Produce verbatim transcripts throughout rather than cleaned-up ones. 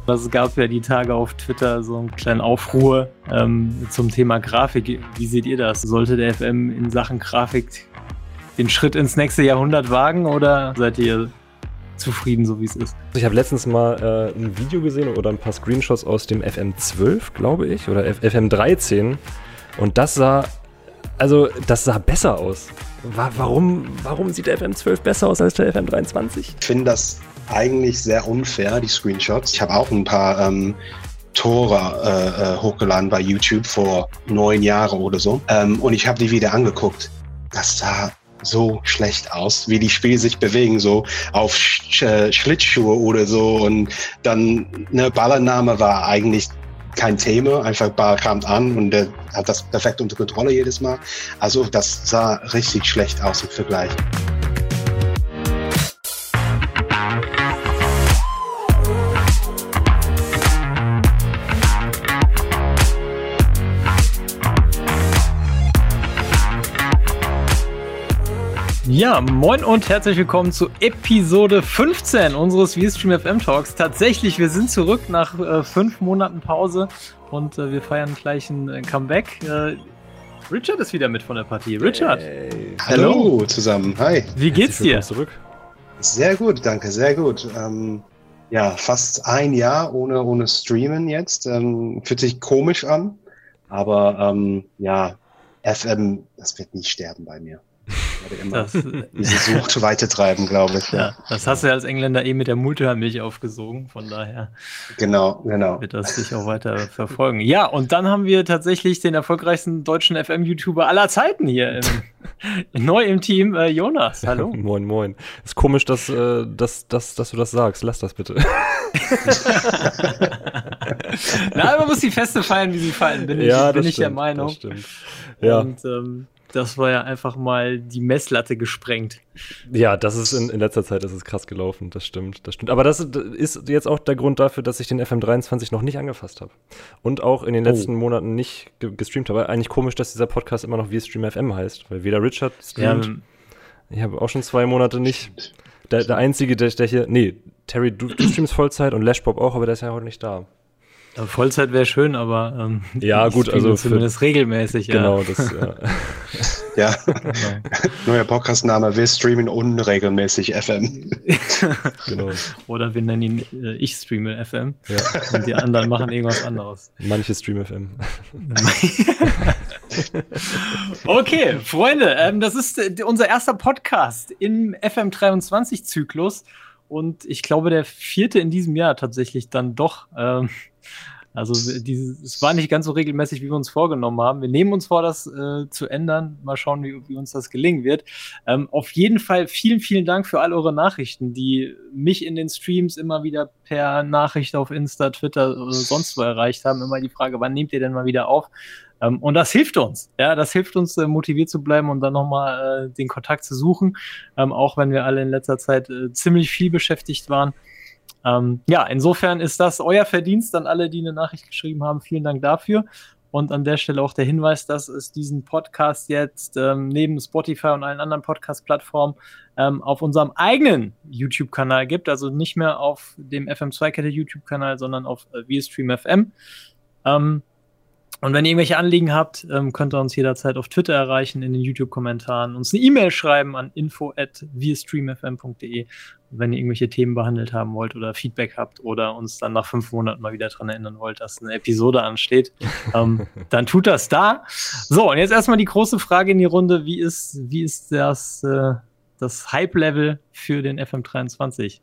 Es gab ja die Tage auf Twitter so einen kleinen Aufruhr ähm, zum Thema Grafik. Wie seht ihr das? Sollte der F M in Sachen Grafik den Schritt ins nächste Jahrhundert wagen oder seid ihr zufrieden, so wie es ist? Ich habe letztens mal äh, ein Video gesehen oder ein paar Screenshots aus dem F M zwölf, glaube ich, oder F- FM dreizehn und das sah, also das sah besser aus. Wa- warum, warum sieht der F M zwölf besser aus als der F M dreiundzwanzig? Ich finde das eigentlich sehr unfair, die Screenshots. Ich habe auch ein paar ähm, Tore äh, hochgeladen bei YouTube vor neun Jahren oder so ähm, und ich habe die wieder angeguckt. Das sah so schlecht aus, wie die Spiele sich bewegen, so auf Sch- äh, Schlittschuhe oder so und dann eine Ballannahme war eigentlich kein Thema, einfach Ball kam an und der hat das perfekt unter Kontrolle jedes Mal. Also das sah richtig schlecht aus im Vergleich. Ja, moin und herzlich willkommen zu Episode fünfzehn unseres VStream F M Talks. Tatsächlich, wir sind zurück nach äh, fünf Monaten Pause und äh, wir feiern gleich ein äh, Comeback. Äh, Richard ist wieder mit von der Partie. Richard. Hey. Hallo zusammen, hi. Wie geht's dir? Zurück. Sehr gut, danke, sehr gut. Ähm, ja, fast ein Jahr ohne, ohne Streamen jetzt. Ähm, fühlt sich komisch an, aber ähm, ja, F M, das wird nicht sterben bei mir. Ich werde immer Das, diese Sucht weitertreiben, glaube ich. Ja. ja, das hast du ja als Engländer eh mit der Multimilch aufgesogen, von daher Genau, genau. wird das dich auch weiter verfolgen. Ja, und dann haben wir tatsächlich den erfolgreichsten deutschen F M-YouTuber aller Zeiten hier im, neu im Team, äh, Jonas. Hallo. Moin, moin. Ist komisch, dass, äh, dass, dass, dass du das sagst. Lass das bitte. Na, man muss die Feste feiern, wie sie fallen, bin ich, ja, bin das ich stimmt, der Meinung. Das stimmt. Ja. Und ähm, das war ja einfach mal die Messlatte gesprengt. Ja, das ist in, in letzter Zeit, das ist krass gelaufen, das stimmt, das stimmt. Aber das ist jetzt auch der Grund dafür, dass ich den F M dreiundzwanzig noch nicht angefasst habe. Und auch in den letzten oh. Monaten nicht ge- gestreamt habe. Eigentlich komisch, dass dieser Podcast immer noch VStream F M heißt, weil weder Richard streamt. Ja, ich habe auch schon zwei Monate nicht. Der, der Einzige, der, der hier, nee, Terry, du, du streamst Vollzeit und Lashbob auch, aber der ist ja heute nicht da. Ja, Vollzeit wäre schön, aber ähm, ja, gut, also zumindest für, regelmäßig. Genau, ja. das ja. Ja, genau. Neuer Podcastname, wir streamen unregelmäßig F M. Genau. Oder wir nennen ihn äh, Ich streame F M ja. Und die anderen machen irgendwas anderes. Manche streamen F M. Okay, Freunde, ähm, das ist äh, unser erster Podcast im F M dreiundzwanzig Zyklus und ich glaube der vierte in diesem Jahr tatsächlich dann doch. Ähm, Also dieses, es war nicht ganz so regelmäßig, wie wir uns vorgenommen haben. Wir nehmen uns vor, das äh, zu ändern. Mal schauen, wie, wie uns das gelingen wird. Ähm, auf jeden Fall vielen, vielen Dank für all eure Nachrichten, die mich in den Streams immer wieder per Nachricht auf Insta, Twitter oder sonst wo erreicht haben. Immer die Frage, wann nehmt ihr denn mal wieder auf? Ähm, und das hilft uns. Ja, das hilft uns, äh, motiviert zu bleiben und dann nochmal äh, den Kontakt zu suchen. Ähm, auch wenn wir alle in letzter Zeit äh, ziemlich viel beschäftigt waren. Ähm, ja, insofern ist das euer Verdienst an alle, die eine Nachricht geschrieben haben. Vielen Dank dafür. Und an der Stelle auch der Hinweis, dass es diesen Podcast jetzt ähm, neben Spotify und allen anderen Podcast-Plattformen ähm, auf unserem eigenen YouTube-Kanal gibt. Also nicht mehr auf dem F M zwei Kette YouTube-Kanal, sondern auf äh, VStream F M. Ähm, Und wenn ihr irgendwelche Anliegen habt, ähm, könnt ihr uns jederzeit auf Twitter erreichen, in den YouTube-Kommentaren, uns eine E-Mail schreiben an info at vstreamfm punkt de. Und wenn ihr irgendwelche Themen behandelt haben wollt oder Feedback habt oder uns dann nach fünf Monaten mal wieder dran erinnern wollt, dass eine Episode ansteht, ähm, dann tut das da. So, und jetzt erstmal die große Frage in die Runde. Wie ist, wie ist das, äh, das Hype-Level für den F M dreiundzwanzig?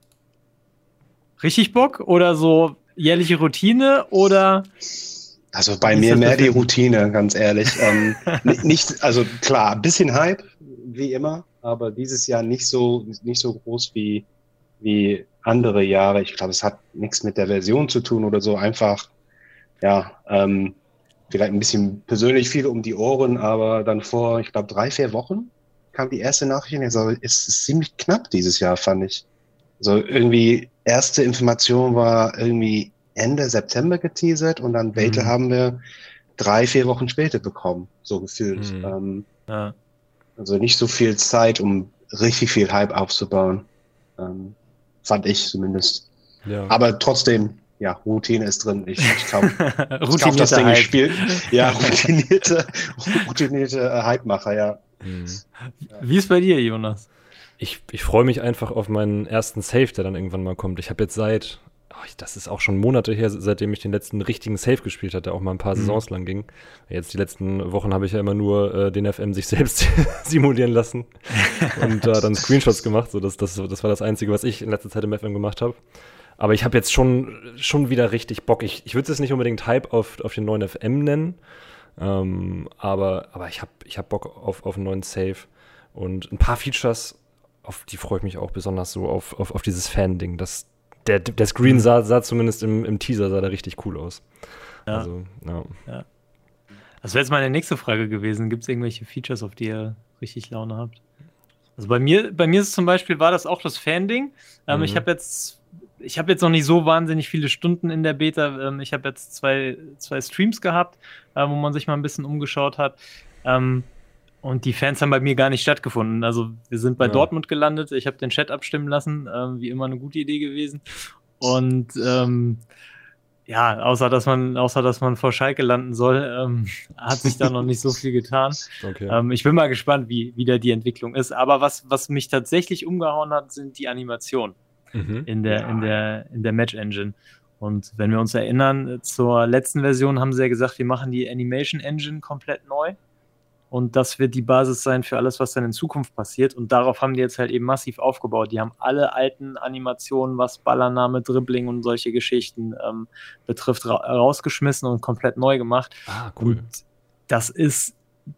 Richtig Bock oder so jährliche Routine oder... Also bei mir mehr die Routine, ganz ehrlich. ähm, nicht, also klar, ein bisschen Hype, wie immer, aber dieses Jahr nicht so nicht so groß wie wie andere Jahre. Ich glaube, es hat nichts mit der Version zu tun oder so. Einfach, ja, ähm, vielleicht ein bisschen persönlich viel um die Ohren, aber dann vor, ich glaube, drei, vier Wochen kam die erste Nachricht. Also es ist ziemlich knapp dieses Jahr, fand ich. Also irgendwie erste Information war irgendwie Ende September geteasert und dann Beta mhm. haben wir drei, vier Wochen später bekommen, so gefühlt. Mhm. Ähm, ja. Also nicht so viel Zeit, um richtig viel Hype aufzubauen. Ähm, fand ich zumindest. Ja. Aber trotzdem, ja, Routine ist drin. Ich, ich kaufe kauf das Ding, ich spiele. Ja, routinierte, routinierte äh, Hype-Macher, ja. Mhm. Wie ist bei dir, Jonas? Ich, ich freue mich einfach auf meinen ersten Save, der dann irgendwann mal kommt. Ich habe jetzt seit, oh, das ist auch schon Monate her, seitdem ich den letzten richtigen Save gespielt hatte, der auch mal ein paar mhm. Saisons lang ging. Jetzt die letzten Wochen habe ich ja immer nur äh, den F M sich selbst simulieren lassen und äh, dann Screenshots gemacht. So, das, das, das war das Einzige, was ich in letzter Zeit im F M gemacht habe. Aber ich habe jetzt schon, schon wieder richtig Bock. Ich, ich würde es nicht unbedingt Hype auf, auf den neuen F M nennen, ähm, aber, aber ich habe ich hab Bock auf, auf einen neuen Save. Und ein paar Features, auf die freue ich mich auch besonders so, auf, auf, auf dieses Fan-Ding. Das, der, der Screen sah, sah zumindest im, im Teaser sah da richtig cool aus. Ja. Also, ja. ja. Das wäre jetzt meine nächste Frage gewesen. Gibt es irgendwelche Features, auf die ihr richtig Laune habt? Also bei mir, bei mir ist zum Beispiel, war das auch das Fan-Ding. Ähm, mhm. Ich habe jetzt Ich habe jetzt noch nicht so wahnsinnig viele Stunden in der Beta. Ich habe jetzt zwei, zwei Streams gehabt, wo man sich mal ein bisschen umgeschaut hat. Und die Fans haben bei mir gar nicht stattgefunden. Also wir sind bei ja. Dortmund gelandet. Ich habe den Chat abstimmen lassen. Wie immer eine gute Idee gewesen. Und ähm, ja, außer dass man, außer dass man vor Schalke landen soll, ähm, hat sich da noch nicht so viel getan. Okay. Ähm, ich bin mal gespannt, wie, wie da die Entwicklung ist. Aber was, was mich tatsächlich umgehauen hat, sind die Animationen. In der, ja. in der, in der Match-Engine. Und wenn wir uns erinnern, zur letzten Version haben sie ja gesagt, wir machen die Animation-Engine komplett neu. Und das wird die Basis sein für alles, was dann in Zukunft passiert. Und darauf haben die jetzt halt eben massiv aufgebaut. Die haben alle alten Animationen, was Ballername, Dribbling und solche Geschichten ähm, betrifft, ra- rausgeschmissen und komplett neu gemacht. Ah, cool. Und das ist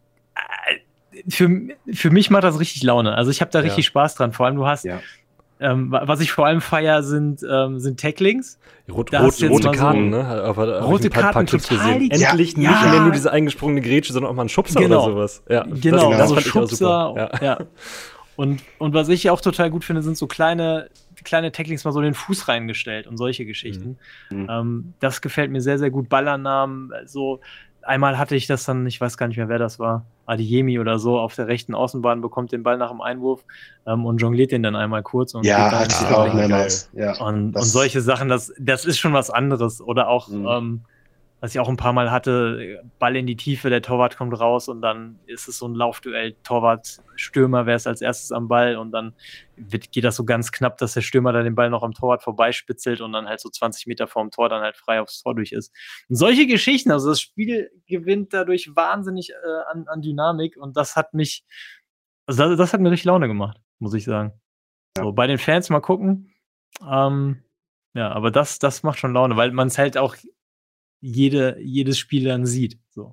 äh, für, für mich macht das richtig Laune. Also ich habe da richtig ja. Spaß dran. Vor allem, du hast ja. Ähm, was ich vor allem feiere, sind, ähm, sind Tacklings. Rot, rot, rote Karten, so, ne? Aber rote paar, Karten, paar total. Gesehen. Endlich ja, nicht ja. mehr nur diese eingesprungene Grätsche, sondern auch mal ein Schubser genau. oder sowas. Ja, genau, das, das so fand Schubser. Ich auch super. Ja. Ja. Und, und was ich auch total gut finde, sind so kleine, kleine Tacklings mal so in den Fuß reingestellt und solche Geschichten. Mhm. Ähm, das gefällt mir sehr, sehr gut. Ballernamen, so. Einmal hatte ich das dann, ich weiß gar nicht mehr, wer das war, Adeyemi oder so, auf der rechten Außenbahn, bekommt den Ball nach dem Einwurf ähm, und jongliert den dann einmal kurz. Und ja, hatte ich auch mehrmals. Ja, und, und solche Sachen, das, das ist schon was anderes. Oder auch, mhm. ähm, was ich auch ein paar Mal hatte, Ball in die Tiefe, der Torwart kommt raus und dann ist es so ein Laufduell, Torwart, Stürmer, wer ist als erstes am Ball und dann wird, geht das so ganz knapp, dass der Stürmer dann den Ball noch am Torwart vorbeispitzelt und dann halt so zwanzig Meter vorm Tor dann halt frei aufs Tor durch ist. Und solche Geschichten, also das Spiel gewinnt dadurch wahnsinnig äh, an, an Dynamik und das hat mich, also das, das hat mir richtig Laune gemacht, muss ich sagen. Ja. So, bei den Fans mal gucken, ähm, ja, aber das, das macht schon Laune, weil man es halt auch jede, jedes Spiel dann sieht. So.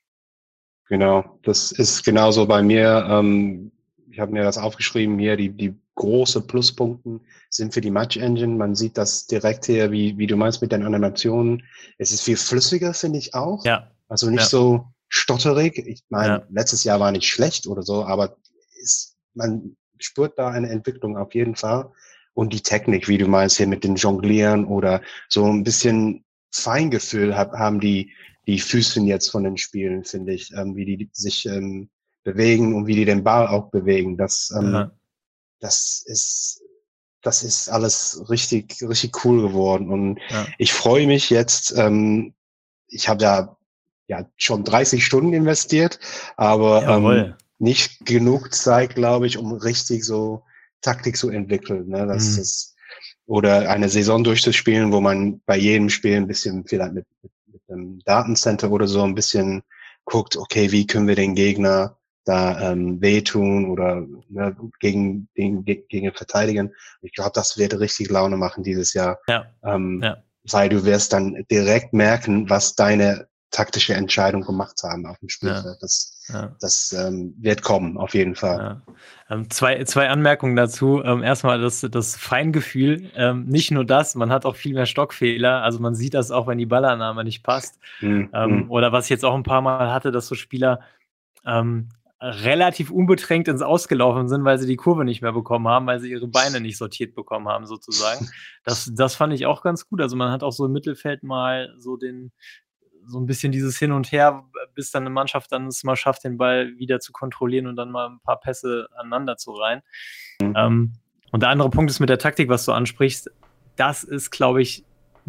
Genau, das ist genauso bei mir. Ähm, ich habe mir das aufgeschrieben hier, die, die große Pluspunkte sind für die Match-Engine. Man sieht das direkt hier, wie, wie du meinst mit den Animationen. Es ist viel flüssiger, finde ich auch. Ja. Also nicht ja. so stotterig. Ich meine, ja. letztes Jahr war nicht schlecht oder so, aber ist, man spürt da eine Entwicklung auf jeden Fall. Und die Technik, wie du meinst hier mit den Jonglieren oder so ein bisschen Feingefühl hab, haben die, die Füßchen jetzt von den Spielen, finde ich, ähm, wie die sich ähm, bewegen und wie die den Ball auch bewegen. Das, ähm, ja. das ist, das ist alles richtig, richtig cool geworden. Und ja. ich freue mich jetzt, ähm, ich habe ja, ja schon dreißig Stunden investiert, aber ähm, nicht genug Zeit, glaube ich, um richtig so Taktik zu entwickeln. Ne? Das mhm. ist oder eine Saison durchzuspielen, wo man bei jedem Spiel ein bisschen vielleicht mit, mit, mit einem Datencenter oder so ein bisschen guckt, okay, wie können wir den Gegner da ähm, wehtun oder ne, gegen den gegen verteidigen. Ich glaube, das wird richtig Laune machen dieses Jahr, ja. Ähm, ja. weil du wirst dann direkt merken, was deine taktische Entscheidung gemacht haben auf dem Spielfeld. Ja. Das, ja. das ähm, wird kommen, auf jeden Fall. Ja. Ähm, zwei, zwei Anmerkungen dazu. Ähm, erstmal das, das Feingefühl. Ähm, nicht nur das, man hat auch viel mehr Stockfehler. Also man sieht das auch, wenn die Ballannahme nicht passt. Mhm. Ähm, oder was ich jetzt auch ein paar Mal hatte, dass so Spieler ähm, relativ unbedrängt ins Ausgelaufen sind, weil sie die Kurve nicht mehr bekommen haben, weil sie ihre Beine nicht sortiert bekommen haben, sozusagen. Das, das fand ich auch ganz gut. Also man hat auch so im Mittelfeld mal so den so ein bisschen dieses Hin und Her, bis dann eine Mannschaft dann es mal schafft, den Ball wieder zu kontrollieren und dann mal ein paar Pässe aneinander zu reihen. Mhm. Ähm, und der andere Punkt ist mit der Taktik, was du ansprichst, das ist, glaube ich,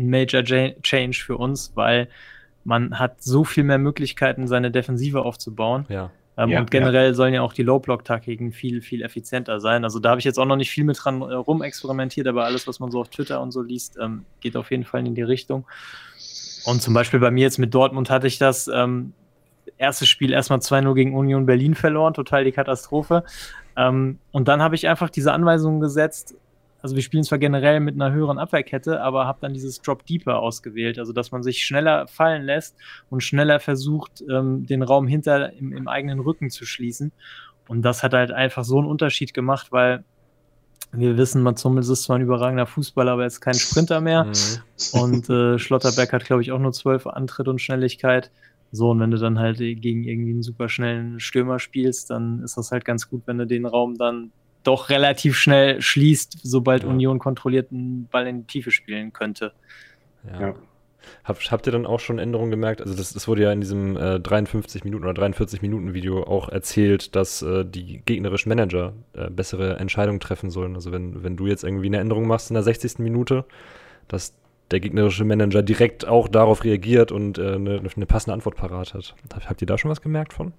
ein Major Change für uns, weil man hat so viel mehr Möglichkeiten, seine Defensive aufzubauen. Ja. Ähm, Ja, und generell ja. sollen ja auch die Low-Block-Taktiken viel, viel effizienter sein. Also da habe ich jetzt auch noch nicht viel mit dran äh, rumexperimentiert, aber alles, was man so auf Twitter und so liest, ähm, geht auf jeden Fall in die Richtung. Und zum Beispiel bei mir jetzt mit Dortmund hatte ich das ähm, erstes Spiel erstmal zwei null gegen Union Berlin verloren, total die Katastrophe. Ähm, und dann habe ich einfach diese Anweisungen gesetzt, also wir spielen zwar generell mit einer höheren Abwehrkette, aber habe dann dieses Drop Deeper ausgewählt, also dass man sich schneller fallen lässt und schneller versucht, ähm, den Raum hinter im, im eigenen Rücken zu schließen. Und das hat halt einfach so einen Unterschied gemacht, weil wir wissen, Mats Hummels ist zwar ein überragender Fußballer, aber er ist kein Sprinter mehr. Mhm. Und äh, Schlotterbeck hat, glaube ich, auch nur zwölf Antritt und Schnelligkeit. So, und wenn du dann halt gegen irgendwie einen super schnellen Stürmer spielst, dann ist das halt ganz gut, wenn du den Raum dann doch relativ schnell schließt, sobald ja. Union kontrollierten Ball in die Tiefe spielen könnte. Ja. ja. Hab, habt ihr dann auch schon Änderungen gemerkt? Also das, das wurde ja in diesem äh, dreiundfünfzig Minuten oder dreiundvierzig Minuten Video auch erzählt, dass äh, die gegnerischen Manager äh, bessere Entscheidungen treffen sollen. Also wenn, wenn du jetzt irgendwie eine Änderung machst in der sechzigsten Minute, dass der gegnerische Manager direkt auch darauf reagiert und äh, eine, eine passende Antwort parat hat. Habt ihr da schon was gemerkt von?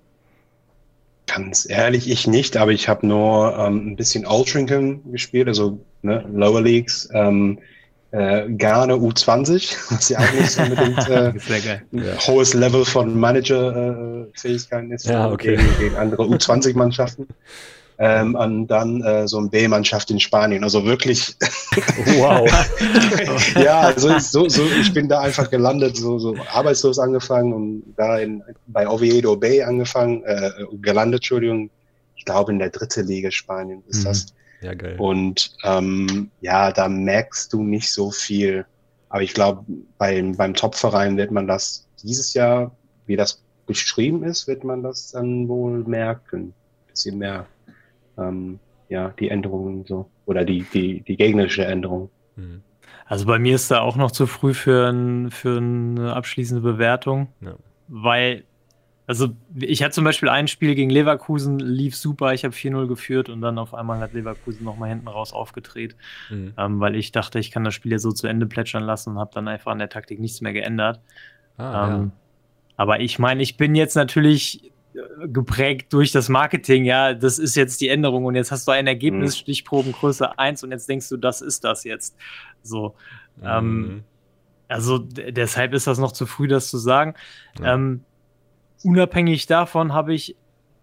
Ganz ehrlich, ich nicht, aber ich habe nur ähm, ein bisschen Altrinken gespielt, also ne, Lower Leagues, ähm, äh, gerne U zwanzig, was ja auch nicht unbedingt äh, ein ja. hohes Level von Manager-Fähigkeiten äh, ist ja, okay. gegen, gegen andere U zwanzig-Mannschaften. Ähm, und dann äh, so eine B-Mannschaft in Spanien. Also wirklich. Wow. Ja, also so, so, ich bin da einfach gelandet, so, so arbeitslos angefangen und da in, bei Oviedo Bay angefangen, äh, gelandet, Entschuldigung. Ich glaube in der dritten Liga Spanien ist mhm. das. Ja, geil. Und ähm, ja, da merkst du nicht so viel. Aber ich glaube, beim, beim Top-Verein wird man das dieses Jahr, wie das beschrieben ist, wird man das dann wohl merken. Ein bisschen mehr. Ähm, ja, die Änderungen so. Oder die, die, die gegnerische Änderung. Also bei mir ist da auch noch zu früh für, ein, für eine abschließende Bewertung. Ja. Weil, also ich hatte zum Beispiel ein Spiel gegen Leverkusen, lief super, ich habe vier null geführt und dann auf einmal hat Leverkusen nochmal hinten raus aufgedreht. Mhm. Ähm, weil ich dachte, ich kann das Spiel ja so zu Ende plätschern lassen und habe dann einfach an der Taktik nichts mehr geändert. Ah, ähm, ja. Aber ich meine, ich bin jetzt natürlich geprägt durch das Marketing, ja, das ist jetzt die Änderung und jetzt hast du ein Ergebnis, mhm. Stichprobengröße eins und jetzt denkst du, das ist das jetzt. So. Mhm. Ähm, also d- deshalb ist das noch zu früh, das zu sagen. Ja. Ähm, unabhängig davon habe ich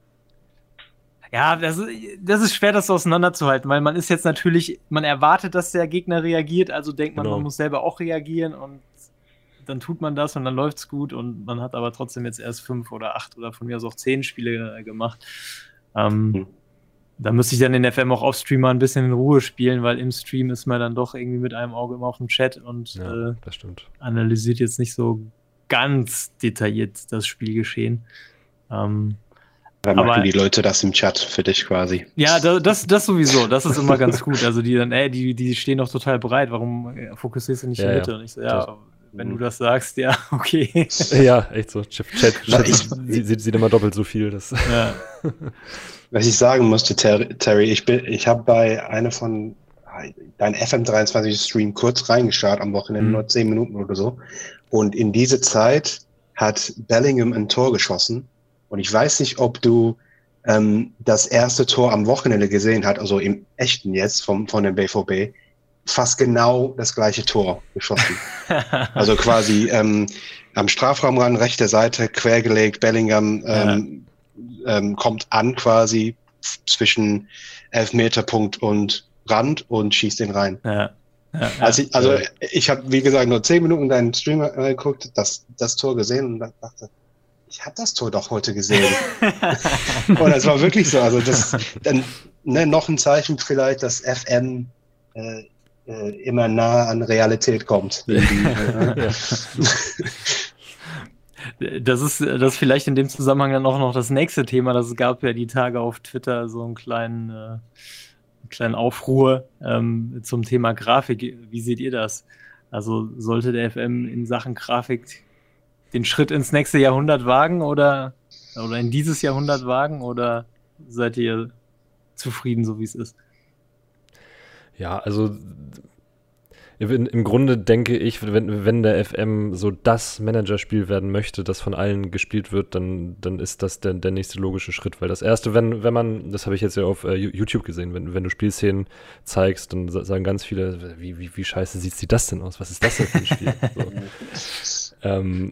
ja, das ist, das ist schwer, das so auseinanderzuhalten, weil man ist jetzt natürlich, man erwartet, dass der Gegner reagiert, also denkt man, genau. man muss selber auch reagieren und dann tut man das und dann läuft's gut und man hat aber trotzdem jetzt erst fünf oder acht oder von mir aus auch zehn Spiele gemacht. Ähm, mhm. Da müsste ich dann in der F M auch auf Stream mal ein bisschen in Ruhe spielen, weil im Stream ist man dann doch irgendwie mit einem Auge immer auf dem Chat und ja, äh, das stimmt. analysiert jetzt nicht so ganz detailliert das Spielgeschehen. Ähm, Da machen aber, die Leute das im Chat für dich quasi. Ja, da, das, das sowieso, das ist immer ganz gut. Also die dann, ey, die, die stehen doch total bereit, warum fokussierst du nicht ja, in die Mitte? Ja. Und ich so, ja, das, wenn du das sagst, ja, okay. Ja, echt so. Chat, Chat, Chat sie, sie, sieht immer doppelt so viel. Das. Ja. Was ich sagen musste, Terry, ich bin, ich habe bei einer von deinem F M dreiundzwanzig Stream kurz reingeschaut am Wochenende, mhm. nur zehn Minuten oder so. Und in diese Zeit hat Bellingham ein Tor geschossen. Und ich weiß nicht, ob du ähm, das erste Tor am Wochenende gesehen hast, also im echten jetzt vom, von dem B V B. Fast genau das gleiche Tor geschossen. Also quasi ähm, am Strafraumrand, rechte Seite, quergelegt, Bellingham ähm, ja. ähm, kommt an quasi zwischen Elfmeterpunkt und Rand und schießt den rein. Ja. Ja, also ich, also ich habe, wie gesagt, nur zehn Minuten deinen Stream äh, geguckt, das, das Tor gesehen und dachte, ich habe das Tor doch heute gesehen. Und es war wirklich so. Also das dann ne, noch ein Zeichen vielleicht, dass F M äh, immer nah an Realität kommt. Das ist das vielleicht in dem Zusammenhang dann auch noch das nächste Thema. Das gab ja die Tage auf Twitter so einen kleinen, äh, einen kleinen Aufruhr ähm, zum Thema Grafik. Wie seht ihr das? Also sollte der F M in Sachen Grafik den Schritt ins nächste Jahrhundert wagen oder, oder in dieses Jahrhundert wagen oder seid ihr zufrieden, so wie es ist? Ja, also Im Grunde denke ich, wenn, wenn der F M so das Managerspiel werden möchte, das von allen gespielt wird, dann, dann ist das der, der nächste logische Schritt. Weil das Erste, wenn, wenn man, das habe ich jetzt ja auf äh, YouTube gesehen, wenn, wenn du Spielszenen zeigst, dann sagen ganz viele, wie, wie, wie scheiße sieht das denn aus? Was ist das denn für ein Spiel? So. ähm,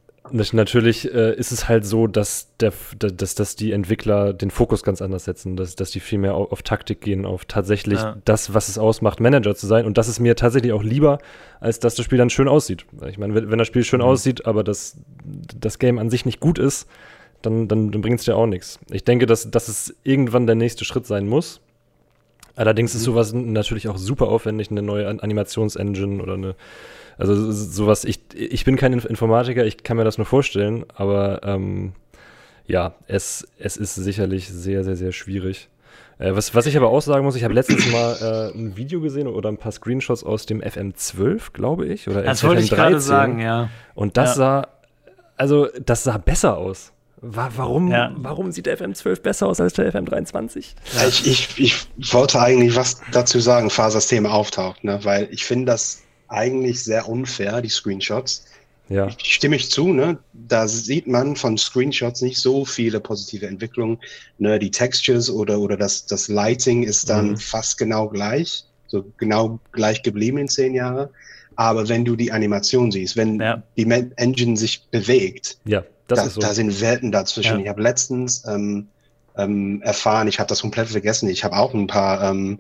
Natürlich äh, ist es halt so, dass, der, dass, dass die Entwickler den Fokus ganz anders setzen, dass, dass die viel mehr auf, auf Taktik gehen, auf tatsächlich ja. das, was es ausmacht, Manager zu sein. Und das ist mir tatsächlich auch lieber, als dass das Spiel dann schön aussieht. Ich meine, wenn, wenn das Spiel schön mhm. aussieht, aber das, das Game an sich nicht gut ist, dann, dann, dann bringt es dir auch nichts. Ich denke, dass, dass es irgendwann der nächste Schritt sein muss. Allerdings mhm. ist sowas natürlich auch super aufwendig, eine neue Animationsengine oder eine Also sowas, ich, ich bin kein Informatiker, ich kann mir das nur vorstellen, aber ähm, ja, es, es ist sicherlich sehr, sehr, sehr schwierig. Äh, was, was ich aber auch sagen muss, ich habe letztens mal äh, ein Video gesehen oder ein paar Screenshots aus dem F M zwölf, glaube ich, oder das F M dreizehn. Wollte ich gerade sagen, ja. Und das ja. sah, also das sah besser aus. Warum, ja. warum sieht der F M zwölf besser aus als der F M dreiundzwanzig? Ja, ich, ich, ich wollte eigentlich was dazu sagen, falls das Thema auftaucht, ne? Weil ich finde das eigentlich sehr unfair, die Screenshots. Ja. Ich stimme ich zu, ne? Da sieht man von Screenshots nicht so viele positive Entwicklungen. Ne? Die Textures oder, oder das, das Lighting ist dann mhm. fast genau gleich, so genau gleich geblieben in zehn Jahren. Aber wenn du die Animation siehst, wenn ja. die Engine sich bewegt, ja, das da, ist so. da sind Welten dazwischen. Ja. Ich habe letztens ähm, ähm, erfahren, ich habe das komplett vergessen, ich habe auch ein paar ähm,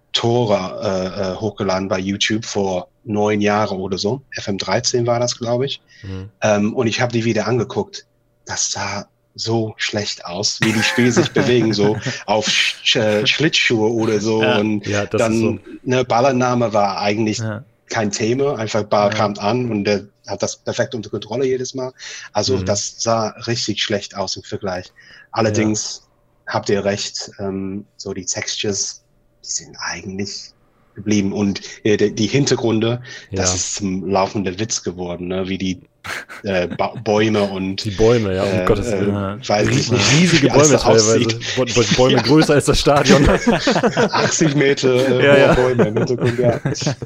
Tore äh, hochgeladen bei YouTube vor neun Jahren oder so. F M dreizehn war das, glaube ich. Mhm. Ähm, und ich habe die wieder angeguckt. Das sah so schlecht aus, wie die Spiele sich bewegen, so auf Sch äh, Schlittschuhe oder so. Ja. Und ja, das dann ist so. Eine Ballername war eigentlich ja. kein Thema. Einfach Ball ja. kam an und der hat das perfekt unter Kontrolle jedes Mal. Also mhm. das sah richtig schlecht aus im Vergleich. Allerdings ja. habt ihr recht, ähm, so die Textures, die sind eigentlich geblieben. Und äh, die, die Hintergründe, ja. das ist zum laufenden Witz geworden, ne? Wie die äh, ba Bäume und die Bäume, ja, um äh, Gottes Willen. Äh, weiß ich nicht, riesige Bäume teilweise. Bäume ja. größer als das Stadion. achtzig Meter äh, ja, ja. Bäume im Hintergrund, ja.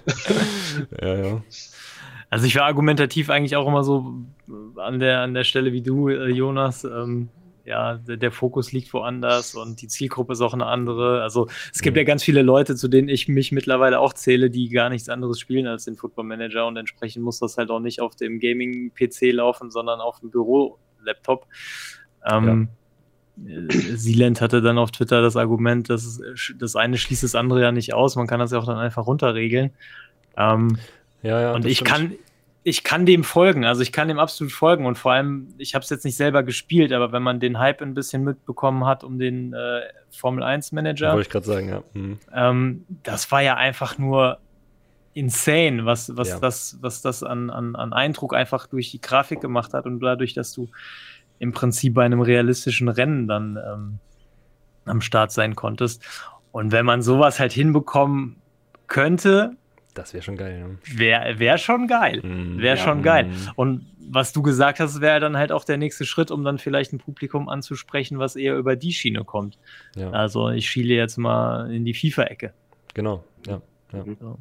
ja, ja. Also ich war argumentativ eigentlich auch immer so an der, an der Stelle wie du, äh, Jonas. Ähm, ja, der, der Fokus liegt woanders und die Zielgruppe ist auch eine andere. Also es gibt mhm. ja ganz viele Leute, zu denen ich mich mittlerweile auch zähle, die gar nichts anderes spielen als den Football Manager und entsprechend muss das halt auch nicht auf dem Gaming-P C laufen, sondern auf dem Büro-Laptop. Ähm, ja. Sealand hatte dann auf Twitter das Argument, dass das eine schließt das andere ja nicht aus, man kann das ja auch dann einfach runterregeln. Ähm, ja, ja, und ich stimmt. kann Ich kann dem folgen, also ich kann dem absolut folgen und vor allem, ich habe es jetzt nicht selber gespielt, aber wenn man den Hype ein bisschen mitbekommen hat um den äh, Formel eins Manager, wollte ich gerade sagen, ja. Mhm. Ähm, das war ja einfach nur insane, was, was ja. das, was das an, an, an Eindruck einfach durch die Grafik gemacht hat und dadurch, dass du im Prinzip bei einem realistischen Rennen dann ähm, am Start sein konntest. Und wenn man sowas halt hinbekommen könnte, das wäre schon geil, ne? Wäre wär schon geil. Mm, wäre ja, schon geil. Mm. Und was du gesagt hast, wäre dann halt auch der nächste Schritt, um dann vielleicht ein Publikum anzusprechen, was eher über die Schiene kommt. Ja. Also ich schiele jetzt mal in die FIFA-Ecke. Genau, ja. Ja, so.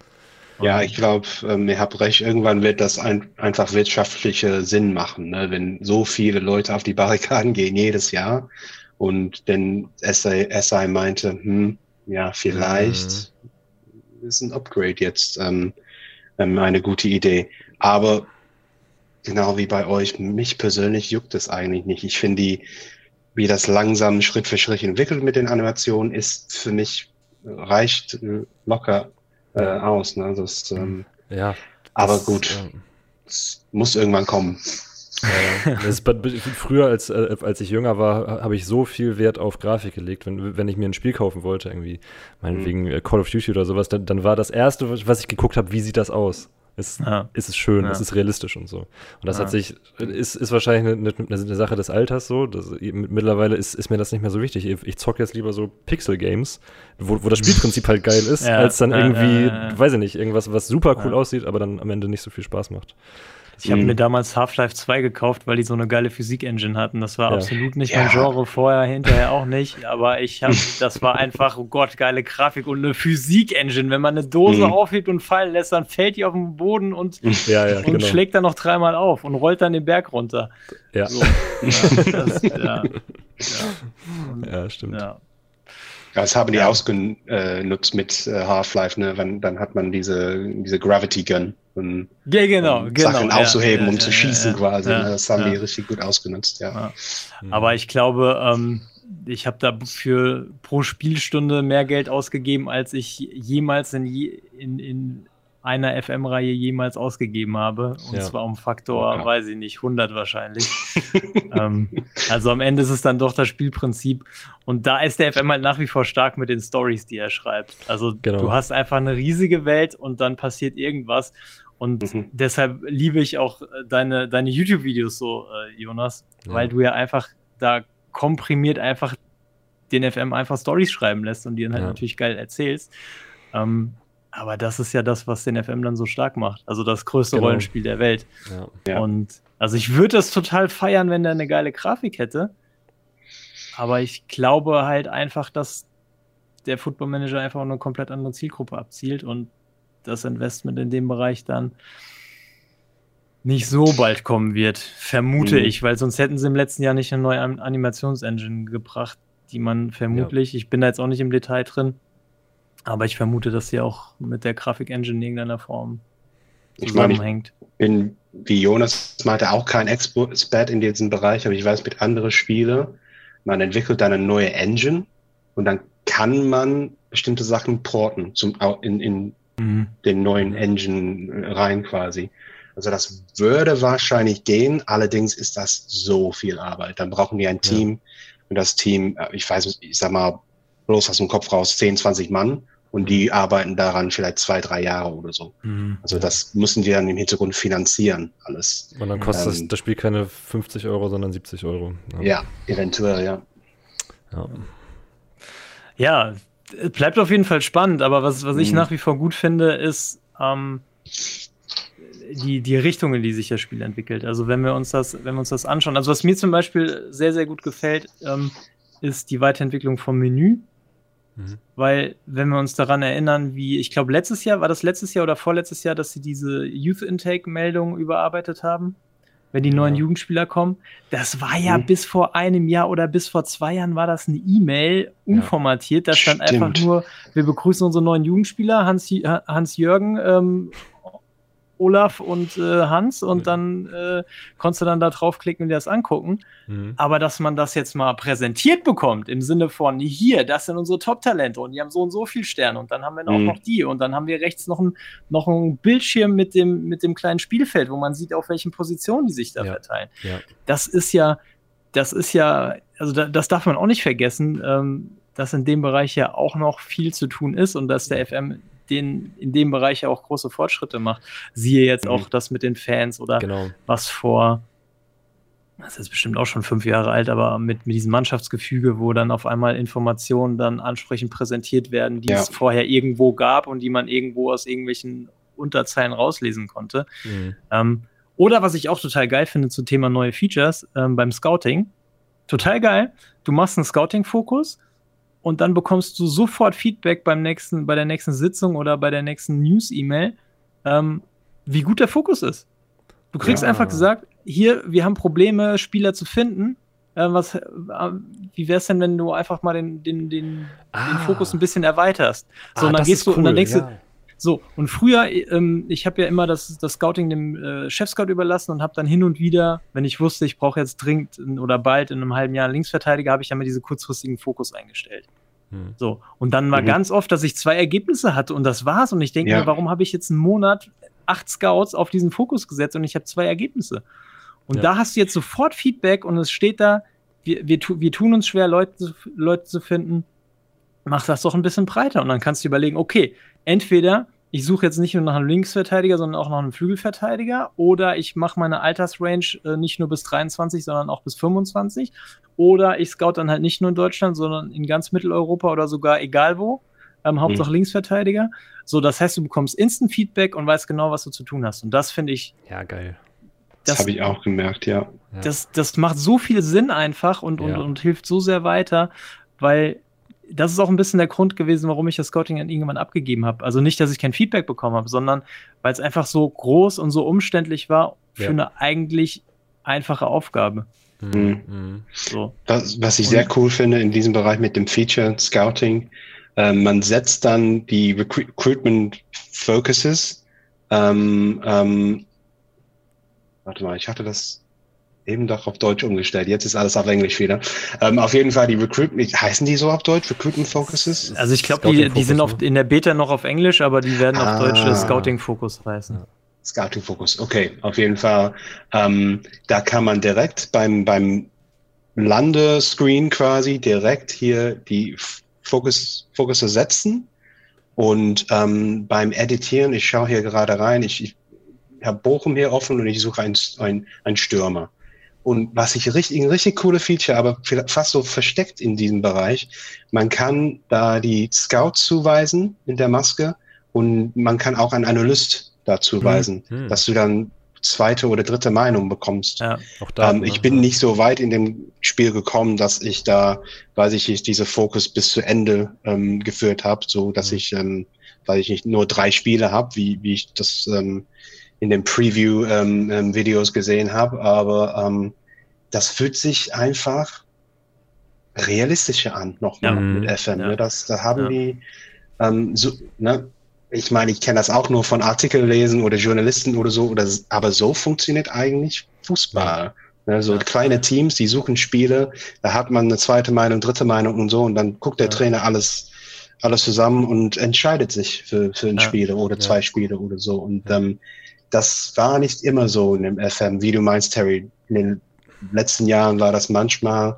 ja ich glaube, ähm, ihr habt recht, irgendwann wird das ein, einfach wirtschaftliche Sinn machen, ne? Wenn so viele Leute auf die Barrikaden gehen jedes Jahr und dann S I meinte, hm, ja, vielleicht mm. ist ein Upgrade jetzt ähm, eine gute Idee. Aber genau wie bei euch, mich persönlich juckt es eigentlich nicht. Ich finde, die, wie das langsam Schritt für Schritt entwickelt mit den Animationen, ist für mich, reicht locker äh, aus. Ne? Das, ähm, ja, das, aber gut, ähm, es muss irgendwann kommen. Ja, das ist, früher, als, äh, als ich jünger war, habe ich so viel Wert auf Grafik gelegt. Wenn, wenn ich mir ein Spiel kaufen wollte, irgendwie, meinetwegen mhm. Call of Duty oder sowas, dann, dann war das Erste, was ich geguckt habe, wie sieht das aus? Ist, ja. ist es schön, ja. ist es realistisch und so. Und das ja. hat sich, ist, ist wahrscheinlich eine, eine, eine Sache des Alters so. Das, mittlerweile ist, ist mir das nicht mehr so wichtig. Ich, ich zocke jetzt lieber so Pixel-Games, wo, wo das Spielprinzip halt geil ist, ja. als dann irgendwie, weiß ich nicht, irgendwas, was super cool aussieht, aber dann am Ende nicht so viel Spaß macht. Ich habe Mhm. mir damals Half-Life zwei gekauft, weil die so eine geile Physik-Engine hatten. Das war Ja. absolut nicht Ja. mein Genre, vorher, hinterher auch nicht. Aber ich habe, das war einfach, oh Gott, geile Grafik und eine Physik-Engine. Wenn man eine Dose Mhm. aufhebt und fallen lässt, dann fällt die auf den Boden und, Ja, ja, und genau. schlägt dann noch dreimal auf und rollt dann den Berg runter. Ja. So, ja, das, ja, ja, und, Ja, stimmt. ja. Ja, das haben die Ja. ausgenutzt mit äh, Half-Life, ne? Wenn, dann hat man diese, diese Gravity Gun, um, Ja, genau, um genau. Sachen ja, aufzuheben, ja, um ja, zu ja, schießen ja, quasi. ja, ne? Das haben ja. die richtig gut ausgenutzt, ja. Ja. Mhm. Aber ich glaube, ähm, ich habe da für pro Spielstunde mehr Geld ausgegeben, als ich jemals in, je, in, in einer F M-Reihe jemals ausgegeben habe. Und Ja. zwar um Faktor, Ja. weiß ich nicht, hundert wahrscheinlich. ähm, also am Ende ist es dann doch das Spielprinzip. Und da ist der F M halt nach wie vor stark mit den Stories, die er schreibt. Also Genau. du hast einfach eine riesige Welt und dann passiert irgendwas. Und Mhm. deshalb liebe ich auch äh, deine, deine YouTube-Videos so, äh, Jonas, Ja. weil du ja einfach da komprimiert einfach den F M einfach Stories schreiben lässt und die dann halt Ja. natürlich geil erzählst. Ähm, aber das ist ja das, was den F M dann so stark macht. Also das größte Genau. Rollenspiel der Welt. Ja. Ja. Und also ich würde das total feiern, wenn der eine geile Grafik hätte. Aber ich glaube halt einfach, dass der Football Manager einfach eine komplett andere Zielgruppe abzielt und das Investment in dem Bereich dann nicht so bald kommen wird, vermute Mhm. ich, weil sonst hätten sie im letzten Jahr nicht eine neue An- Animationsengine gebracht, die man vermutlich, ich bin da jetzt auch nicht im Detail drin, aber ich vermute, dass sie auch mit der Grafik-Engine in irgendeiner Form Ich meine, ich zusammenhängt. bin wie Jonas meinte auch kein Expert in diesem Bereich, aber ich weiß mit anderen Spielen, man entwickelt dann eine neue Engine und dann kann man bestimmte Sachen porten zum, in, in Mhm. den neuen Engine rein quasi. Also das würde wahrscheinlich gehen, allerdings ist das so viel Arbeit. Dann brauchen die ein Team und das Team, äh, ich weiß, ich sag mal, bloß aus dem Kopf raus, zehn, zwanzig Mann und die arbeiten daran vielleicht zwei, drei Jahre oder so. Mhm. Also das müssen die dann im Hintergrund finanzieren, alles. Und dann kostet Ähm, das, das Spiel keine fünfzig Euro, sondern siebzig Euro. Ja, eventuell, ja. Ja. Ja, es bleibt auf jeden Fall spannend, aber was, was ich Mhm. nach wie vor gut finde, ist ähm, die, die Richtung, in die sich das Spiel entwickelt. Also wenn wir uns das, wenn wir uns das anschauen, also was mir zum Beispiel sehr, sehr gut gefällt, ähm, ist die Weiterentwicklung vom Menü. Mhm. Weil, wenn wir uns daran erinnern, wie, ich glaube, letztes Jahr, war das letztes Jahr oder vorletztes Jahr, dass sie diese Youth Intake-Meldung überarbeitet haben, wenn die Ja. neuen Jugendspieler kommen. Das war ja Mhm. bis vor einem Jahr oder bis vor zwei Jahren war das eine E-Mail, unformatiert. Da stand Stimmt. einfach nur, wir begrüßen unsere neuen Jugendspieler, Hans, Hans-Jürgen, ähm, Olaf und äh, Hans und Mhm. dann äh, konntest du dann da draufklicken und dir das angucken. Mhm. Aber dass man das jetzt mal präsentiert bekommt, im Sinne von, hier, das sind unsere Top-Talente und die haben so und so viel Sterne und dann haben wir auch Mhm. noch die und dann haben wir rechts noch ein, noch ein Bildschirm mit dem, mit dem kleinen Spielfeld, wo man sieht, auf welchen Positionen die sich da Ja. verteilen. Ja. Das ist ja, das ist ja, also da, das darf man auch nicht vergessen, ähm, dass in dem Bereich ja auch noch viel zu tun ist und dass der F M den, in dem Bereich ja auch große Fortschritte macht. Siehe jetzt Mhm. auch das mit den Fans oder Genau. was vor, das ist bestimmt auch schon fünf Jahre alt, aber mit, mit diesem Mannschaftsgefüge, wo dann auf einmal Informationen dann ansprechend präsentiert werden, die Ja. es vorher irgendwo gab und die man irgendwo aus irgendwelchen Unterzeilen rauslesen konnte. Mhm. Ähm, oder was ich auch total geil finde zum Thema neue Features ähm, beim Scouting. Total geil. Du machst einen Scouting-Fokus und dann bekommst du sofort Feedback beim nächsten, bei der nächsten Sitzung oder bei der nächsten News-E-Mail, ähm, wie gut der Fokus ist. Du kriegst Ja. einfach gesagt, hier, wir haben Probleme, Spieler zu finden. Äh, was, äh, wie wär's denn, wenn du einfach mal den, den, den, Ah. den Fokus ein bisschen erweiterst? So, Ah, und dann das gehst ist du und dann cool, denkst du, ja. so, und früher, ähm, ich habe ja immer das, das Scouting dem äh, Chef-Scout überlassen und habe dann hin und wieder, wenn ich wusste, ich brauche jetzt dringend in, oder bald in einem halben Jahr einen Linksverteidiger, habe ich dann mal diese kurzfristigen Fokus eingestellt. Mhm. So, und dann war Mhm. ganz oft, dass ich zwei Ergebnisse hatte und das war's. Und ich denke Ja. mir, warum habe ich jetzt einen Monat acht Scouts auf diesen Fokus gesetzt und ich habe zwei Ergebnisse? Und Ja. da hast du jetzt sofort Feedback und es steht da, wir, wir, tu, wir tun uns schwer, Leute, zu- Leute zu finden. Mach das doch ein bisschen breiter. Und dann kannst du überlegen, okay, entweder ich suche jetzt nicht nur nach einem Linksverteidiger, sondern auch nach einem Flügelverteidiger, oder ich mache meine Altersrange äh, nicht nur bis dreiundzwanzig, sondern auch bis fünfundzwanzig, oder ich scout dann halt nicht nur in Deutschland, sondern in ganz Mitteleuropa oder sogar egal wo, ähm, Hauptsache Linksverteidiger. So, das heißt, du bekommst Instant Feedback und weißt genau, was du zu tun hast. Und das finde ich Ja, geil. das, das habe ich auch gemerkt, ja. Das, das macht so viel Sinn einfach und, und, ja. und hilft so sehr weiter, weil das ist auch ein bisschen der Grund gewesen, warum ich das Scouting an irgendwann abgegeben habe. Also nicht, dass ich kein Feedback bekommen habe, sondern weil es einfach so groß und so umständlich war für ja. eine eigentlich einfache Aufgabe. Mhm. Mhm. So. Das, was ich und, sehr cool finde in diesem Bereich mit dem Feature Scouting, äh, man setzt dann die Recru- Recruitment Focuses. Ähm, ähm, warte mal, ich hatte das eben doch auf Deutsch umgestellt. Jetzt ist alles auf Englisch wieder. Ähm, auf jeden Fall die Recruitment, heißen die so auf Deutsch? Recruitment Focuses? Also ich glaube, die, die sind auf, in der Beta noch auf Englisch, aber die werden ah. auf Deutsch Scouting Focus heißen. Ja. Scouting Focus, okay. Auf jeden Fall. Ähm, da kann man direkt beim, beim Landescreen quasi direkt hier die Focus, Focus setzen und ähm, beim Editieren, ich schaue hier gerade rein, ich, ich habe Bochum hier offen und ich suche einen ein, ein Stürmer. Und was ich richtig, ein richtig coole Feature, aber fast so versteckt in diesem Bereich, man kann da die Scouts zuweisen in der Maske und man kann auch einen Analyst da zuweisen, hm, hm. dass du dann zweite oder dritte Meinung bekommst. Ja, auch da, ähm, ich bin ja. nicht so weit in dem Spiel gekommen, dass ich da, weiß ich nicht, diese Fokus bis zu Ende ähm, geführt habe, so dass hm. ich, ähm, weil ich nicht nur drei Spiele habe, wie, wie ich das ähm, in den Preview-Videos ähm, gesehen habe, aber ähm, das fühlt sich einfach realistischer an, nochmal ja. mit F M. Ja. Ne? Das, da haben ja. die, ähm, so, ne? Ich meine, ich kenne das auch nur von Artikel lesen oder Journalisten oder so, oder, aber so funktioniert eigentlich Fußball. Ja. Ne? So ja. kleine Teams, die suchen Spiele, da hat man eine zweite Meinung, dritte Meinung und so, und dann guckt der ja. Trainer alles alles zusammen und entscheidet sich für, für ein ja. Spiel oder zwei ja. Spiele oder so. Und ja. ähm, das war nicht immer so in dem F M, wie du meinst, Terry. In den letzten Jahren war das manchmal,